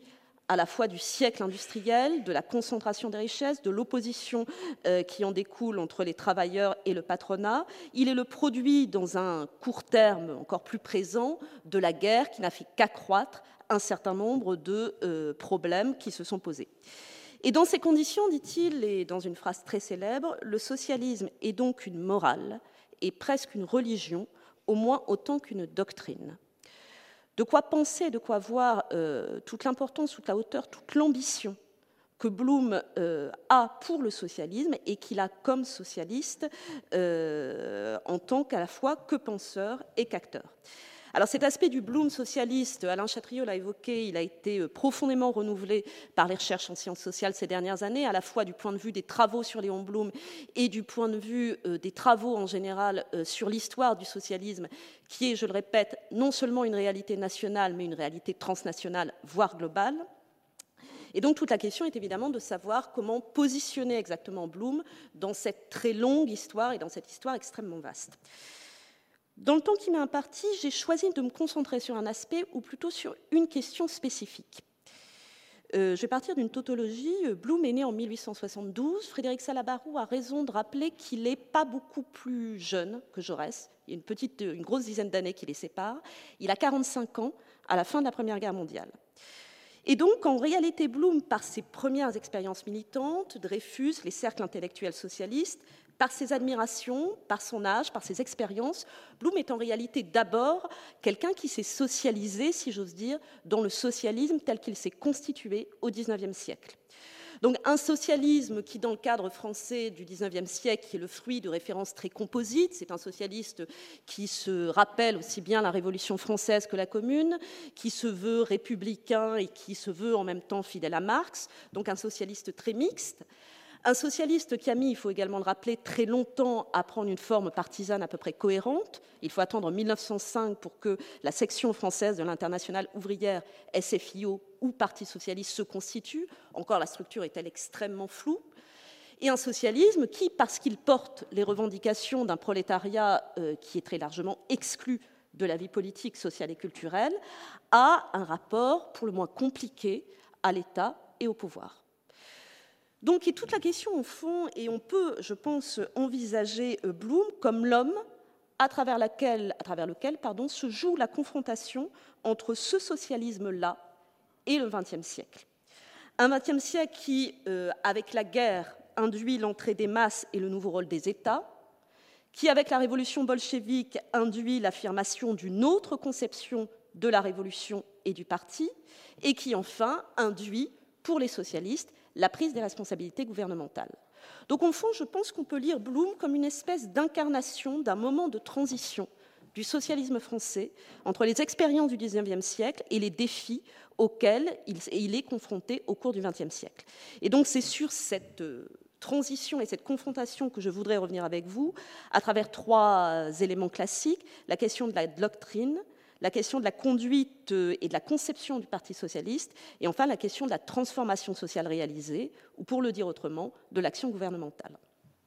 à la fois du siècle industriel, de la concentration des richesses, de l'opposition qui en découle entre les travailleurs et le patronat. Il est le produit, dans un court terme encore plus présent, de la guerre qui n'a fait qu'accroître un certain nombre de problèmes qui se sont posés. Et dans ces conditions, dit-il, et dans une phrase très célèbre, le socialisme est donc une morale et presque une religion, au moins autant qu'une doctrine. De quoi penser, de quoi voir toute l'importance, toute la hauteur, toute l'ambition que Bloom a pour le socialisme et qu'il a comme socialiste en tant qu'à la fois que penseur et qu'acteur. Alors cet aspect du Bloom socialiste, Alain Chatriot l'a évoqué, il a été profondément renouvelé par les recherches en sciences sociales ces dernières années, à la fois du point de vue des travaux sur Léon Blum et du point de vue des travaux en général sur l'histoire du socialisme, qui est, je le répète, non seulement une réalité nationale, mais une réalité transnationale, voire globale. Et donc toute la question est évidemment de savoir comment positionner exactement Bloom dans cette très longue histoire et dans cette histoire extrêmement vaste. Dans le temps qui m'est imparti, j'ai choisi de me concentrer sur un aspect ou plutôt sur une question spécifique. Je vais partir d'une tautologie. Bloom est né en 1872. Frédéric Salabarou a raison de rappeler qu'il n'est pas beaucoup plus jeune que Jaurès. Il y a une grosse dizaine d'années qui les sépare. Il a 45 ans à la fin de la Première Guerre mondiale. Et donc, en réalité, Bloom, par ses premières expériences militantes, Dreyfus, les cercles intellectuels socialistes, par ses admirations, par son âge, par ses expériences, Bloom est en réalité d'abord quelqu'un qui s'est socialisé, si j'ose dire, dans le socialisme tel qu'il s'est constitué au XIXe siècle. Donc un socialisme qui, dans le cadre français du XIXe siècle, qui est le fruit de références très composites, c'est un socialiste qui se rappelle aussi bien la Révolution française que la Commune, qui se veut républicain et qui se veut en même temps fidèle à Marx, donc un socialiste très mixte. Un socialiste qui a mis, il faut également le rappeler, très longtemps à prendre une forme partisane à peu près cohérente. Il faut attendre 1905 pour que la section française de l'Internationale ouvrière, SFIO ou Parti socialiste se constitue. Encore, la structure est-elle extrêmement floue. Et un socialisme qui, parce qu'il porte les revendications d'un prolétariat qui est très largement exclu de la vie politique, sociale et culturelle, a un rapport pour le moins compliqué à l'État et au pouvoir. Donc, il y a toute la question au fond, et on peut, je pense, envisager Bloom comme l'homme à travers lequel se joue la confrontation entre ce socialisme-là et le XXe siècle. Un XXe siècle qui, avec la guerre, induit l'entrée des masses et le nouveau rôle des États, qui, avec la révolution bolchevique, induit l'affirmation d'une autre conception de la révolution et du parti, et qui, enfin, induit, pour les socialistes, la prise des responsabilités gouvernementales. Donc, au fond, je pense qu'on peut lire Bloom comme une espèce d'incarnation d'un moment de transition du socialisme français entre les expériences du XIXe siècle et les défis auxquels il est confronté au cours du XXe siècle. Et donc, c'est sur cette transition et cette confrontation que je voudrais revenir avec vous à travers trois éléments classiques: la question de la doctrine, la question de la conduite et de la conception du Parti socialiste, et enfin la question de la transformation sociale réalisée, ou pour le dire autrement, de l'action gouvernementale.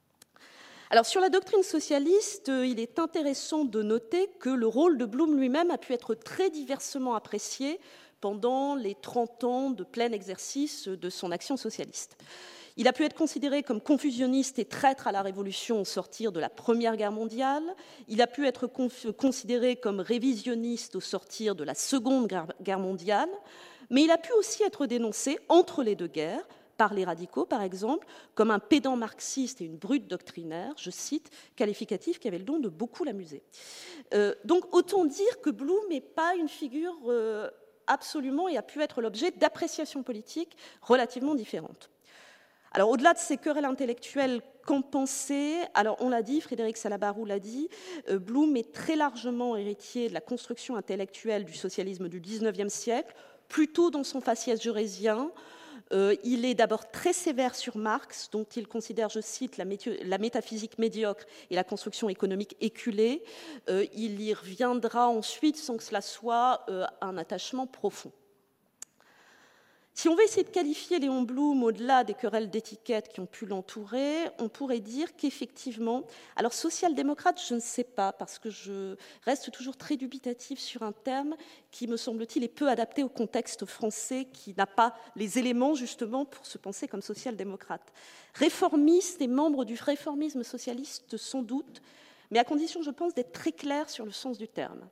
Alors sur la doctrine socialiste, il est intéressant de noter que le rôle de Bloom lui-même a pu être très diversement apprécié pendant les 30 ans de plein exercice de son action socialiste. Il a pu être considéré comme confusionniste et traître à la Révolution au sortir de la Première Guerre mondiale. Il a pu être considéré comme révisionniste au sortir de la Seconde Guerre mondiale. Mais il a pu aussi être dénoncé entre les deux guerres, par les radicaux par exemple, comme un pédant marxiste et une brute doctrinaire, je cite, qualificatif qui avait le don de beaucoup l'amuser. Donc autant dire que Bloom n'est pas une figure absolument et a pu être l'objet d'appréciations politiques relativement différentes. Alors, au-delà de ces querelles intellectuelles, qu'en penser ? Alors, on l'a dit, Frédéric Salabarou l'a dit, Bloom est très largement héritier de la construction intellectuelle du socialisme du XIXe siècle, plutôt dans son faciès jaurésien. Il est d'abord très sévère sur Marx, dont il considère, je cite, la métaphysique médiocre et la construction économique éculée. Il y reviendra ensuite sans que cela soit un attachement profond. Si on veut essayer de qualifier Léon Blum au-delà des querelles d'étiquettes qui ont pu l'entourer, on pourrait dire qu'effectivement, alors social-démocrate, je ne sais pas, parce que je reste toujours très dubitative sur un terme qui, me semble-t-il, est peu adapté au contexte français, qui n'a pas les éléments justement pour se penser comme social-démocrate. Réformiste et membre du réformisme socialiste, sans doute, mais à condition, je pense, d'être très clair sur le sens du terme.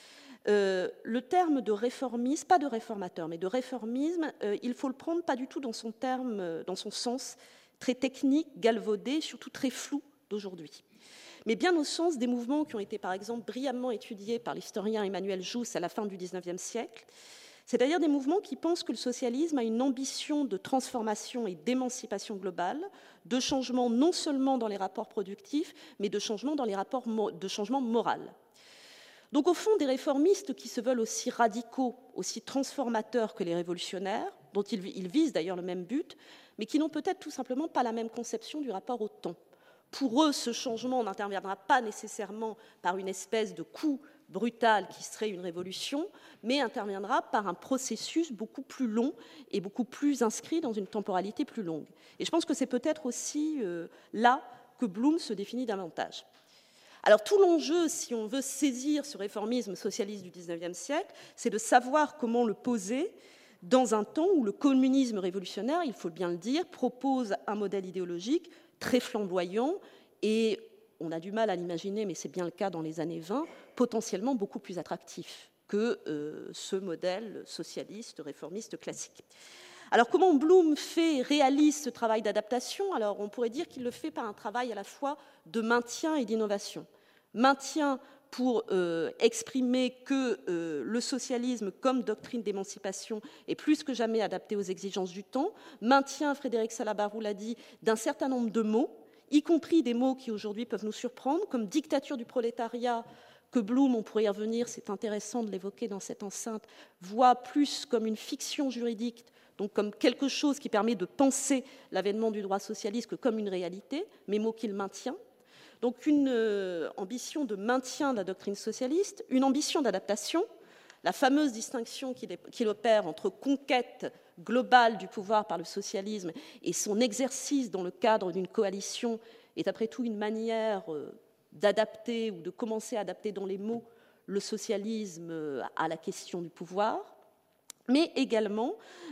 Le terme de réformisme, pas de réformateur, mais de réformisme, il faut le prendre pas du tout dans son terme, dans son sens très technique, galvaudé, surtout très flou d'aujourd'hui, mais bien au sens des mouvements qui ont été, par exemple, brillamment étudiés par l'historien Emmanuel Jousse à la fin du XIXe siècle, c'est-à-dire des mouvements qui pensent que le socialisme a une ambition de transformation et d'émancipation globale, de changement non seulement dans les rapports productifs, mais de changement dans les rapports de changement moral. Donc au fond, des réformistes qui se veulent aussi radicaux, aussi transformateurs que les révolutionnaires, dont ils visent d'ailleurs le même but, mais qui n'ont peut-être tout simplement pas la même conception du rapport au temps. Pour eux, ce changement n'interviendra pas nécessairement par une espèce de coup brutal qui serait une révolution, mais interviendra par un processus beaucoup plus long et beaucoup plus inscrit dans une temporalité plus longue. Et je pense que c'est peut-être aussi là que Blum se définit davantage. Alors tout l'enjeu, si on veut saisir ce réformisme socialiste du XIXe siècle, c'est de savoir comment le poser dans un temps où le communisme révolutionnaire, il faut bien le dire, propose un modèle idéologique très flamboyant et, on a du mal à l'imaginer, mais c'est bien le cas dans les années 20, potentiellement beaucoup plus attractif que ce modèle socialiste, réformiste classique. Alors comment Blum réalise ce travail d'adaptation? Alors on pourrait dire qu'il le fait par un travail à la fois de maintien et d'innovation. Maintien pour exprimer que le socialisme comme doctrine d'émancipation est plus que jamais adapté aux exigences du temps. Maintien, Frédéric Salabarou l'a dit, d'un certain nombre de mots, y compris des mots qui aujourd'hui peuvent nous surprendre, comme dictature du prolétariat, que Blum, on pourrait y revenir, c'est intéressant de l'évoquer dans cette enceinte, voit plus comme une fiction juridique, donc comme quelque chose qui permet de penser l'avènement du droit socialiste que comme une réalité, mais mot qu'il maintient. Donc une ambition de maintien de la doctrine socialiste, une ambition d'adaptation, la fameuse distinction qu'il opère entre conquête globale du pouvoir par le socialisme et son exercice dans le cadre d'une coalition est après tout une manière d'adapter ou de commencer à adapter dans les mots le socialisme à la question du pouvoir, mais également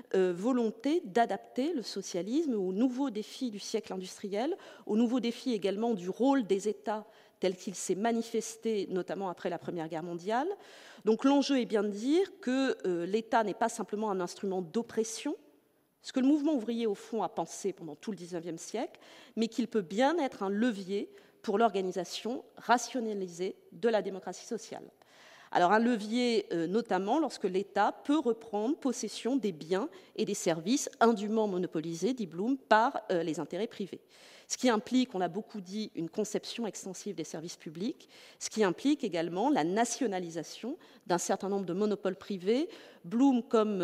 volonté d'adapter le socialisme aux nouveaux défis du siècle industriel, aux nouveaux défis également du rôle des États tel qu'il s'est manifesté, notamment après la Première Guerre mondiale. Donc l'enjeu est bien de dire que l'État n'est pas simplement un instrument d'oppression, ce que le mouvement ouvrier, au fond, a pensé pendant tout le XIXe siècle, mais qu'il peut bien être un levier pour l'organisation rationalisée de la démocratie sociale. Alors un levier notamment lorsque l'État peut reprendre possession des biens et des services indûment monopolisés, dit Blum, par les intérêts privés. Ce qui implique, on l'a beaucoup dit, une conception extensive des services publics, ce qui implique également la nationalisation d'un certain nombre de monopoles privés. Blum, comme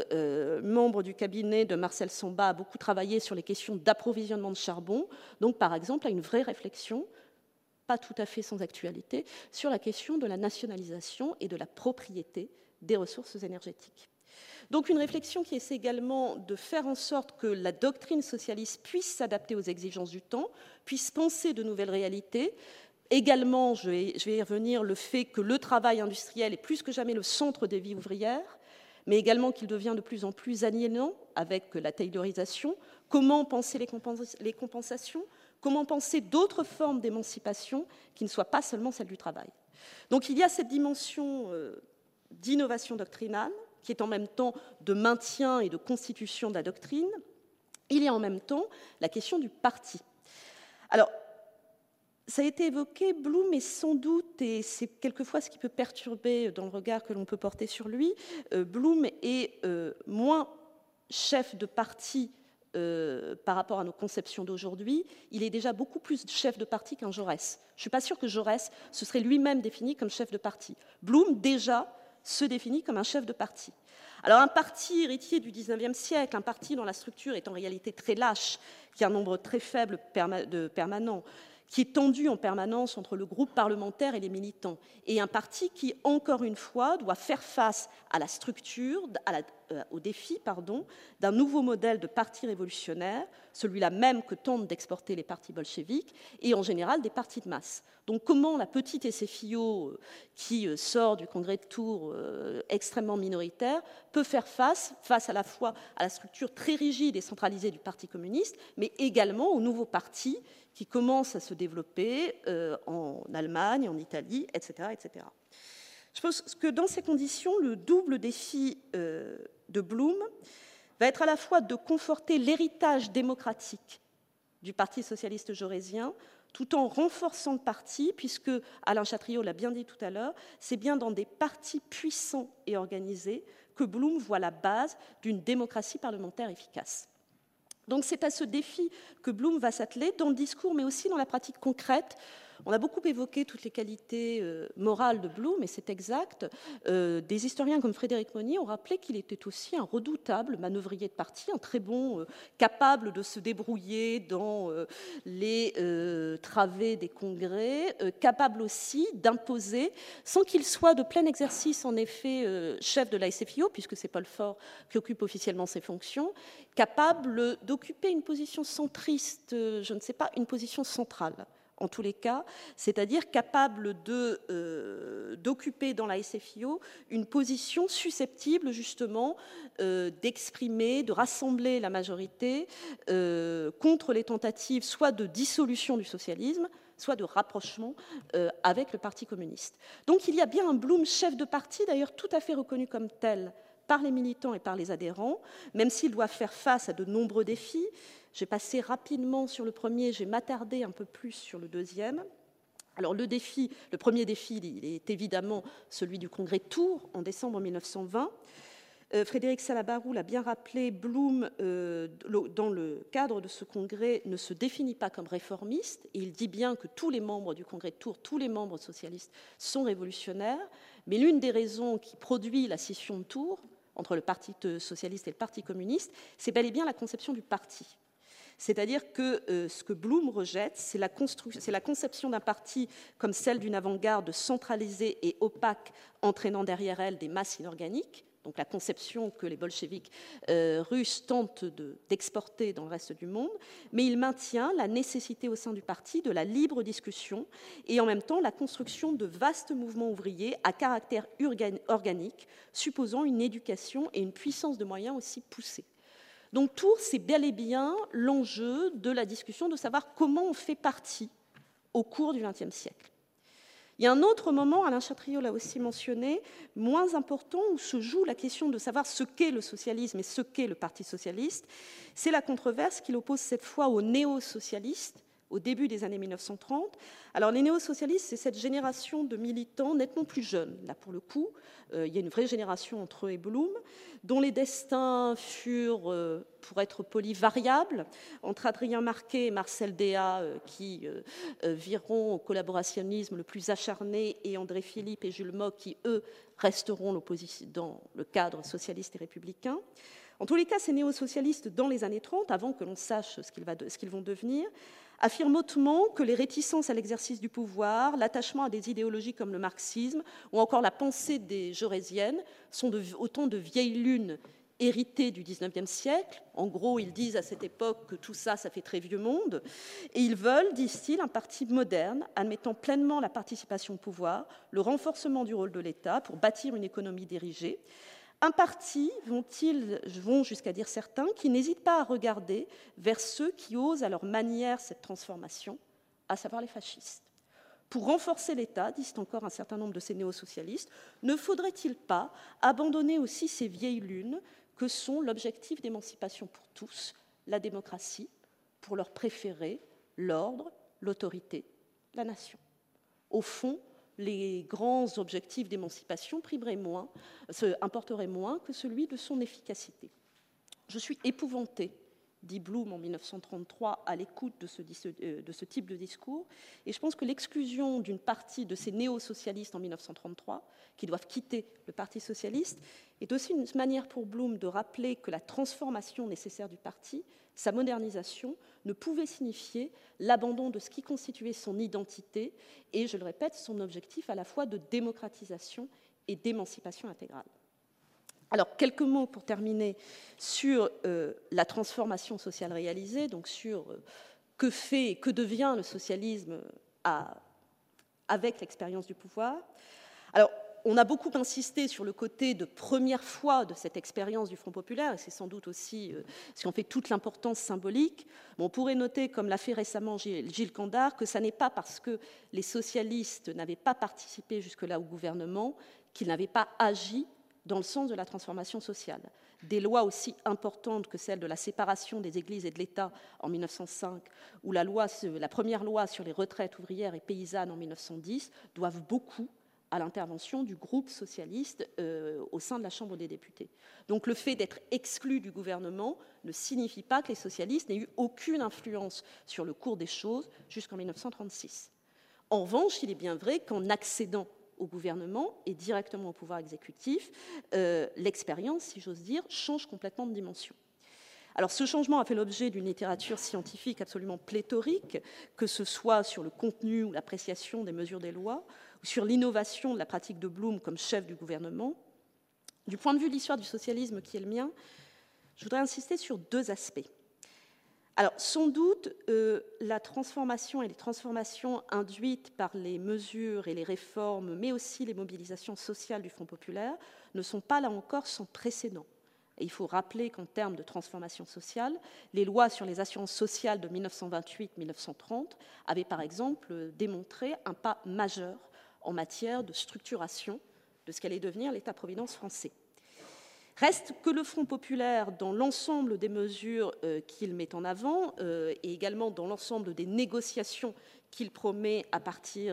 membre du cabinet de Marcel Samba, a beaucoup travaillé sur les questions d'approvisionnement de charbon, donc par exemple à une vraie réflexion, pas tout à fait sans actualité, sur la question de la nationalisation et de la propriété des ressources énergétiques. Donc une réflexion qui essaie également de faire en sorte que la doctrine socialiste puisse s'adapter aux exigences du temps, puisse penser de nouvelles réalités. Également, je vais y revenir, le fait que le travail industriel est plus que jamais le centre des vies ouvrières, mais également qu'il devient de plus en plus aliénant avec la taylorisation. Comment penser les compensations? Comment penser d'autres formes d'émancipation qui ne soient pas seulement celles du travail? Donc il y a cette dimension d'innovation doctrinale, qui est en même temps de maintien et de constitution de la doctrine. Il y a en même temps la question du parti. Alors, ça a été évoqué, Blum est sans doute, et c'est quelquefois ce qui peut perturber dans le regard que l'on peut porter sur lui, Blum est moins chef de parti par rapport à nos conceptions d'aujourd'hui. Il est déjà beaucoup plus chef de parti qu'un Jaurès. Je ne suis pas sûre que Jaurès se serait lui-même défini comme chef de parti. Blum, déjà, se définit comme un chef de parti. Alors un parti héritier du XIXe siècle, un parti dont la structure est en réalité très lâche, qui a un nombre très faible de permanents, qui est tendu en permanence entre le groupe parlementaire et les militants, et un parti qui, encore une fois, doit faire face à la structure, d'un nouveau modèle de parti révolutionnaire, celui-là même que tentent d'exporter les partis bolcheviques, et en général des partis de masse. Donc comment la petite SFIO qui sort du congrès de Tours extrêmement minoritaire peut faire face à la fois à la structure très rigide et centralisée du Parti communiste, mais également aux nouveaux partis qui commencent à se développer en Allemagne, en Italie, etc., etc. Je pense que dans ces conditions, le double défi de Blum va être à la fois de conforter l'héritage démocratique du Parti socialiste jaurésien, tout en renforçant le parti, puisque Alain Chatriot l'a bien dit tout à l'heure, c'est bien dans des partis puissants et organisés que Blum voit la base d'une démocratie parlementaire efficace. Donc c'est à ce défi que Blum va s'atteler dans le discours, mais aussi dans la pratique concrète. On a beaucoup évoqué toutes les qualités morales de Blum, et c'est exact. Des historiens comme Frédéric Monnier ont rappelé qu'il était aussi un redoutable manœuvrier de parti, un très bon, capable de se débrouiller dans les travées des congrès, capable aussi d'imposer, sans qu'il soit de plein exercice, en effet, chef de la SFIO, puisque c'est Paul Faure qui occupe officiellement ses fonctions, capable d'occuper une position centriste, je ne sais pas, une position centrale. En tous les cas, c'est-à-dire capable d'occuper dans la SFIO une position susceptible justement d'exprimer, de rassembler la majorité contre les tentatives soit de dissolution du socialisme, soit de rapprochement avec le Parti communiste. Donc il y a bien un Blum chef de parti, d'ailleurs tout à fait reconnu comme tel par les militants et par les adhérents, même s'il doit faire face à de nombreux défis. J'ai passé rapidement sur le premier, je vais m'attarder un peu plus sur le deuxième. Alors le premier défi, il est évidemment celui du congrès de Tours en décembre 1920. Frédéric Salabarou l'a bien rappelé, Blum, dans le cadre de ce congrès, ne se définit pas comme réformiste, et il dit bien que tous les membres du congrès de Tours, tous les membres socialistes sont révolutionnaires, mais l'une des raisons qui produit la scission de Tours, entre le Parti socialiste et le Parti communiste, c'est bel et bien la conception du parti. C'est-à-dire que ce que Blum rejette, c'est la conception d'un parti comme celle d'une avant-garde centralisée et opaque, entraînant derrière elle des masses inorganiques, donc la conception que les bolcheviks russes tentent d'exporter dans le reste du monde, mais il maintient la nécessité au sein du parti de la libre discussion et en même temps la construction de vastes mouvements ouvriers à caractère organique, supposant une éducation et une puissance de moyens aussi poussées. Donc Tours, c'est bel et bien l'enjeu de la discussion de savoir comment on fait partie au cours du XXe siècle. Il y a un autre moment, Alain Chatriot l'a aussi mentionné, moins important, où se joue la question de savoir ce qu'est le socialisme et ce qu'est le Parti socialiste. C'est la controverse qu'il oppose cette fois aux néo-socialistes au début des années 1930. Alors les néo-socialistes, c'est cette génération de militants nettement plus jeunes. Là, pour le coup, il y a une vraie génération entre eux et Blum, dont les destins furent, pour être poli, variables, entre Adrien Marquet et Marcel Déat, qui viront au collaborationnisme le plus acharné, et André Philippe et Jules Mock, qui, eux, resteront dans le cadre socialiste et républicain. En tous les cas, ces néo-socialistes, dans les années 30, avant que l'on sache ce qu'ils vont devenir, affirment hautement que les réticences à l'exercice du pouvoir, l'attachement à des idéologies comme le marxisme ou encore la pensée des jaurésiennes sont autant de vieilles lunes héritées du XIXe siècle. En gros, ils disent à cette époque que tout ça, ça fait très vieux monde. Et ils veulent, disent-ils, un parti moderne, admettant pleinement la participation au pouvoir, le renforcement du rôle de l'État pour bâtir une économie dirigée. Un parti, vont jusqu'à dire certains, qui n'hésitent pas à regarder vers ceux qui osent à leur manière cette transformation, à savoir les fascistes. Pour renforcer l'État, disent encore un certain nombre de ces néo-socialistes, ne faudrait-il pas abandonner aussi ces vieilles lunes que sont l'objectif d'émancipation pour tous, la démocratie, pour leur préférer l'ordre, l'autorité, la nation. Au fond, les grands objectifs d'émancipation importeraient moins que celui de son efficacité. Je suis épouvantée, dit Blum en 1933, à l'écoute de ce type de discours, et je pense que l'exclusion d'une partie de ces néo-socialistes en 1933, qui doivent quitter le Parti socialiste, est aussi une manière pour Blum de rappeler que la transformation nécessaire du parti, sa modernisation, ne pouvait signifier l'abandon de ce qui constituait son identité et, je le répète, son objectif à la fois de démocratisation et d'émancipation intégrale. Alors, quelques mots pour terminer sur la transformation sociale réalisée, donc sur que fait et que devient le socialisme avec l'expérience du pouvoir. Alors, on a beaucoup insisté sur le côté de première fois de cette expérience du Front populaire, et c'est sans doute aussi ce qui en fait toute l'importance symbolique. Bon, on pourrait noter, comme l'a fait récemment Gilles Candard, que ça n'est pas parce que les socialistes n'avaient pas participé jusque-là au gouvernement qu'ils n'avaient pas agi dans le sens de la transformation sociale. Des lois aussi importantes que celle de la séparation des églises et de l'État en 1905, ou la première loi sur les retraites ouvrières et paysannes en 1910, doivent beaucoup à l'intervention du groupe socialiste au sein de la Chambre des députés. Donc le fait d'être exclu du gouvernement ne signifie pas que les socialistes n'aient eu aucune influence sur le cours des choses jusqu'en 1936. En revanche, il est bien vrai qu'en accédant au gouvernement et directement au pouvoir exécutif, l'expérience, si j'ose dire, change complètement de dimension. Alors ce changement a fait l'objet d'une littérature scientifique absolument pléthorique, que ce soit sur le contenu ou l'appréciation des mesures des lois, ou sur l'innovation de la pratique de Blum comme chef du gouvernement. Du point de vue de l'histoire du socialisme qui est le mien, je voudrais insister sur deux aspects. Alors, sans doute, la transformation et les transformations induites par les mesures et les réformes, mais aussi les mobilisations sociales du Front populaire, ne sont pas, là encore, sans précédent. Et il faut rappeler qu'en termes de transformation sociale, les lois sur les assurances sociales de 1928-1930 avaient, par exemple, démontré un pas majeur en matière de structuration de ce qu'allait devenir l'État-providence français. Reste que le Front populaire, dans l'ensemble des mesures qu'il met en avant et également dans l'ensemble des négociations qu'il promeut à partir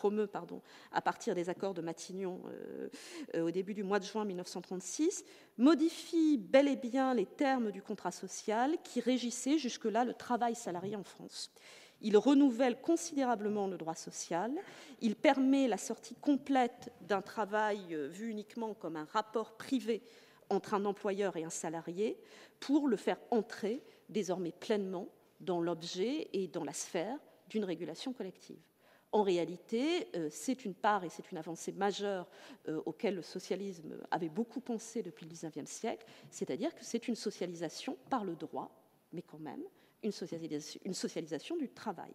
des accords de Matignon au début du mois de juin 1936, modifie bel et bien les termes du contrat social qui régissait jusque-là le travail salarié en France. Il renouvelle considérablement le droit social, il permet la sortie complète d'un travail vu uniquement comme un rapport privé entre un employeur et un salarié pour le faire entrer désormais pleinement dans l'objet et dans la sphère d'une régulation collective. En réalité, c'est une part et c'est une avancée majeure auquel le socialisme avait beaucoup pensé depuis le XIXe siècle, c'est-à-dire que c'est une socialisation par le droit, mais quand même une socialisation du travail.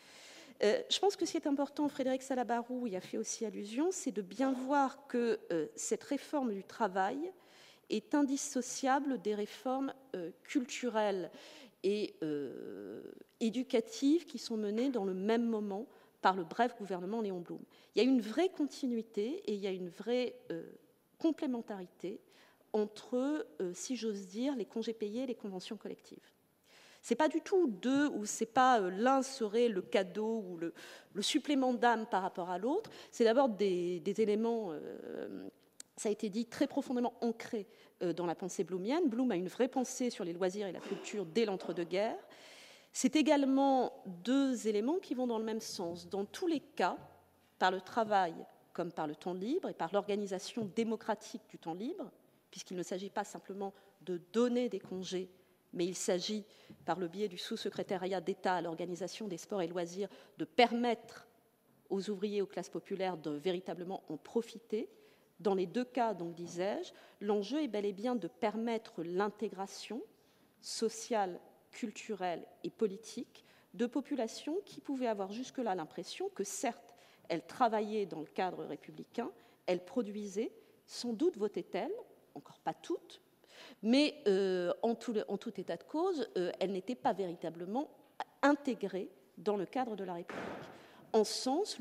Je pense que ce qui est important, Frédéric Salabarou y a fait aussi allusion, c'est de bien voir que cette réforme du travail est indissociable des réformes culturelles et éducatives qui sont menées dans le même moment par le bref gouvernement Léon Blum. Il y a une vraie continuité et il y a une vraie complémentarité entre, si j'ose dire, les congés payés et les conventions collectives. Ce n'est pas du tout deux, ou c'est pas l'un serait le cadeau ou le supplément d'âme par rapport à l'autre. C'est d'abord des éléments... ça a été dit, très profondément ancré dans la pensée blumienne. Blum a une vraie pensée sur les loisirs et la culture dès l'entre-deux-guerres. C'est également deux éléments qui vont dans le même sens. Dans tous les cas, par le travail comme par le temps libre et par l'organisation démocratique du temps libre, puisqu'il ne s'agit pas simplement de donner des congés, mais il s'agit, par le biais du sous-secrétariat d'État à l'organisation des sports et loisirs, de permettre aux ouvriers et aux classes populaires de véritablement en profiter. Dans les deux cas, donc disais-je, l'enjeu est bel et bien de permettre l'intégration sociale, culturelle et politique de populations qui pouvaient avoir jusque-là l'impression que, certes, elles travaillaient dans le cadre républicain, elles produisaient, sans doute votaient-elles, encore pas toutes, mais en tout état de cause, elles n'étaient pas véritablement intégrées dans le cadre de la République. En ce sens,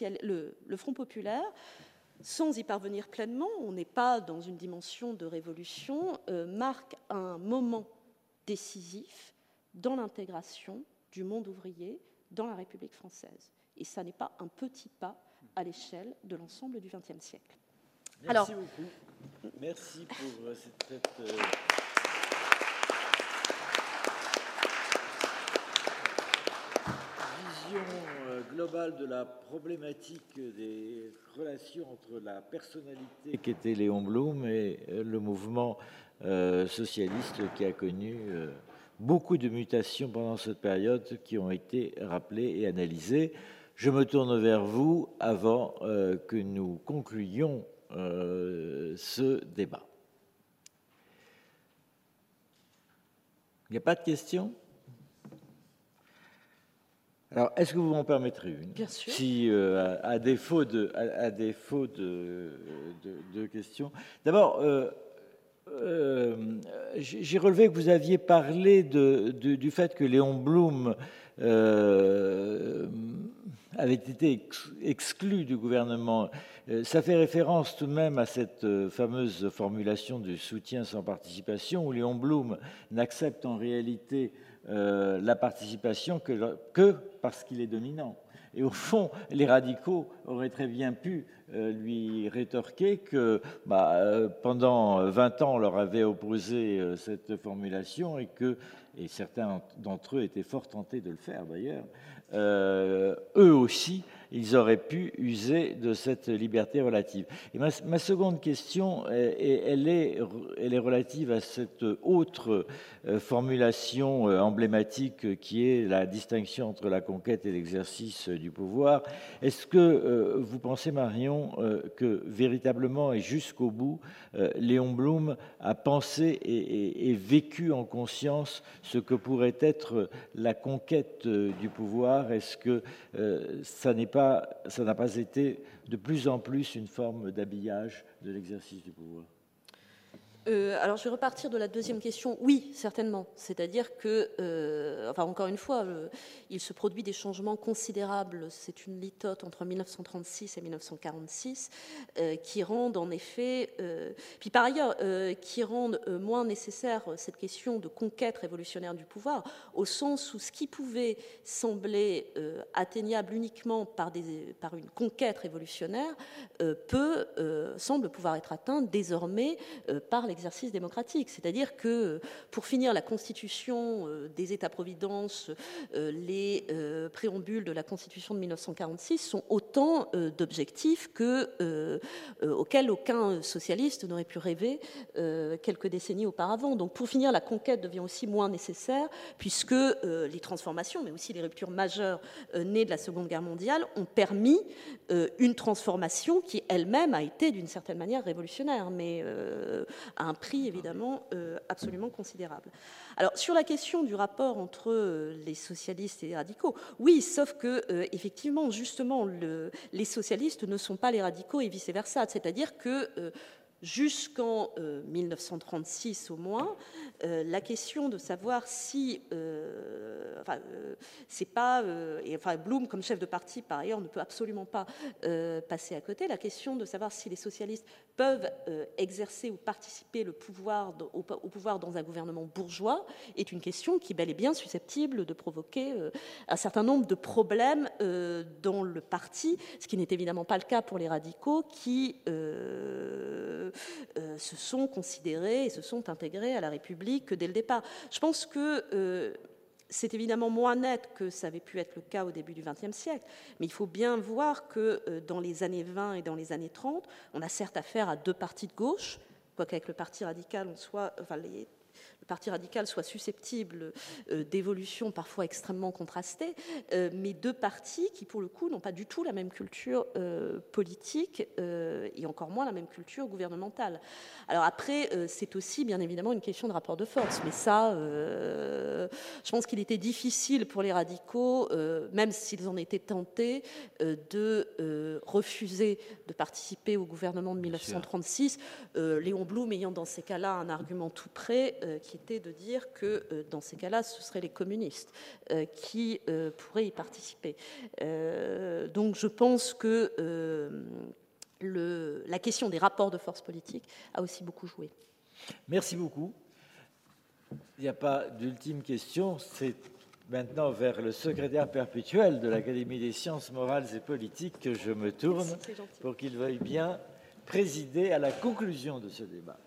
le Front populaire, sans y parvenir pleinement, on n'est pas dans une dimension de révolution, marque un moment décisif dans l'intégration du monde ouvrier dans la République française. Et ça n'est pas un petit pas à l'échelle de l'ensemble du XXe siècle. Merci beaucoup. Merci pour cette vision globale de la problématique des relations entre la personnalité qu'était Léon Blum et le mouvement socialiste qui a connu beaucoup de mutations pendant cette période qui ont été rappelées et analysées. Je me tourne vers vous avant que nous concluions ce débat. n'y a pas de questions? Alors, est-ce que vous m'en permettrez une? Bien sûr. Si, à défaut de questions. D'abord, j'ai relevé que vous aviez parlé du fait que Léon Blum avait été exclu du gouvernement. Ça fait référence tout de même à cette fameuse formulation du soutien sans participation, où Léon Blum n'accepte en réalité la participation que parce qu'il est dominant. Et au fond, les radicaux auraient très bien pu lui rétorquer que pendant 20 ans, on leur avait opposé cette formulation et certains d'entre eux étaient fort tentés de le faire d'ailleurs, eux aussi, ils auraient pu user de cette liberté relative. Et ma seconde question, elle est relative à cette autre formulation emblématique qui est la distinction entre la conquête et l'exercice du pouvoir. Est-ce que vous pensez, Marion, que véritablement et jusqu'au bout, Léon Blum a pensé et vécu en conscience ce que pourrait être la conquête du pouvoir? Est-ce que ça n'a pas été de plus en plus une forme d'habillage de l'exercice du pouvoir? Alors, je vais repartir de la deuxième question. Oui, certainement. C'est-à-dire que, encore une fois, il se produit des changements considérables. C'est une litote entre 1936 et 1946 qui rendent, en effet, puis par ailleurs, qui rendent moins nécessaire cette question de conquête révolutionnaire du pouvoir, au sens où ce qui pouvait sembler atteignable uniquement par une conquête révolutionnaire semble pouvoir être atteint désormais par l'exercice démocratique. C'est-à-dire que, pour finir, la constitution des États-providence, les préambules de la Constitution de 1946 sont autant d'objectifs auxquels aucun socialiste n'aurait pu rêver quelques décennies auparavant. Donc, pour finir, la conquête devient aussi moins nécessaire, puisque les transformations, mais aussi les ruptures majeures nées de la Seconde Guerre mondiale, ont permis une transformation qui, elle-même, a été d'une certaine manière révolutionnaire, mais à un prix évidemment absolument considérable. Alors, sur la question du rapport entre les socialistes et les radicaux, oui, sauf que effectivement, justement, les socialistes ne sont pas les radicaux et vice-versa. C'est-à-dire que jusqu'en 1936 au moins, la question de savoir si, c'est pas, Blum comme chef de parti par ailleurs ne peut absolument pas passer à côté. La question de savoir si les socialistes peuvent exercer ou participer au pouvoir dans un gouvernement bourgeois est une question qui est bel et bien susceptible de provoquer un certain nombre de problèmes dans le parti, ce qui n'est évidemment pas le cas pour les radicaux qui se sont considérés et se sont intégrés à la République dès le départ. Je pense que c'est évidemment moins net que ça avait pu être le cas au début du XXe siècle, mais il faut bien voir que dans les années 20 et dans les années 30, on a certes affaire à deux partis de gauche, quoiqu'avec le Parti radical, le Parti radical soit susceptible d'évolutions parfois extrêmement contrastées, mais deux partis qui, pour le coup, n'ont pas du tout la même culture politique et encore moins la même culture gouvernementale. Alors après, c'est aussi, bien évidemment, une question de rapport de force, mais ça, je pense qu'il était difficile pour les radicaux, même s'ils en étaient tentés, de refuser de participer au gouvernement de 1936, Léon Blum ayant dans ces cas-là un argument tout prêt, qui était de dire que dans ces cas-là, ce seraient les communistes qui pourraient y participer. Donc je pense que la question des rapports de force politique a aussi beaucoup joué. Merci beaucoup. Il n'y a pas d'ultime question. C'est maintenant vers le secrétaire perpétuel de l'Académie des sciences morales et politiques que je me tourne pour qu'il veuille bien présider à la conclusion de ce débat.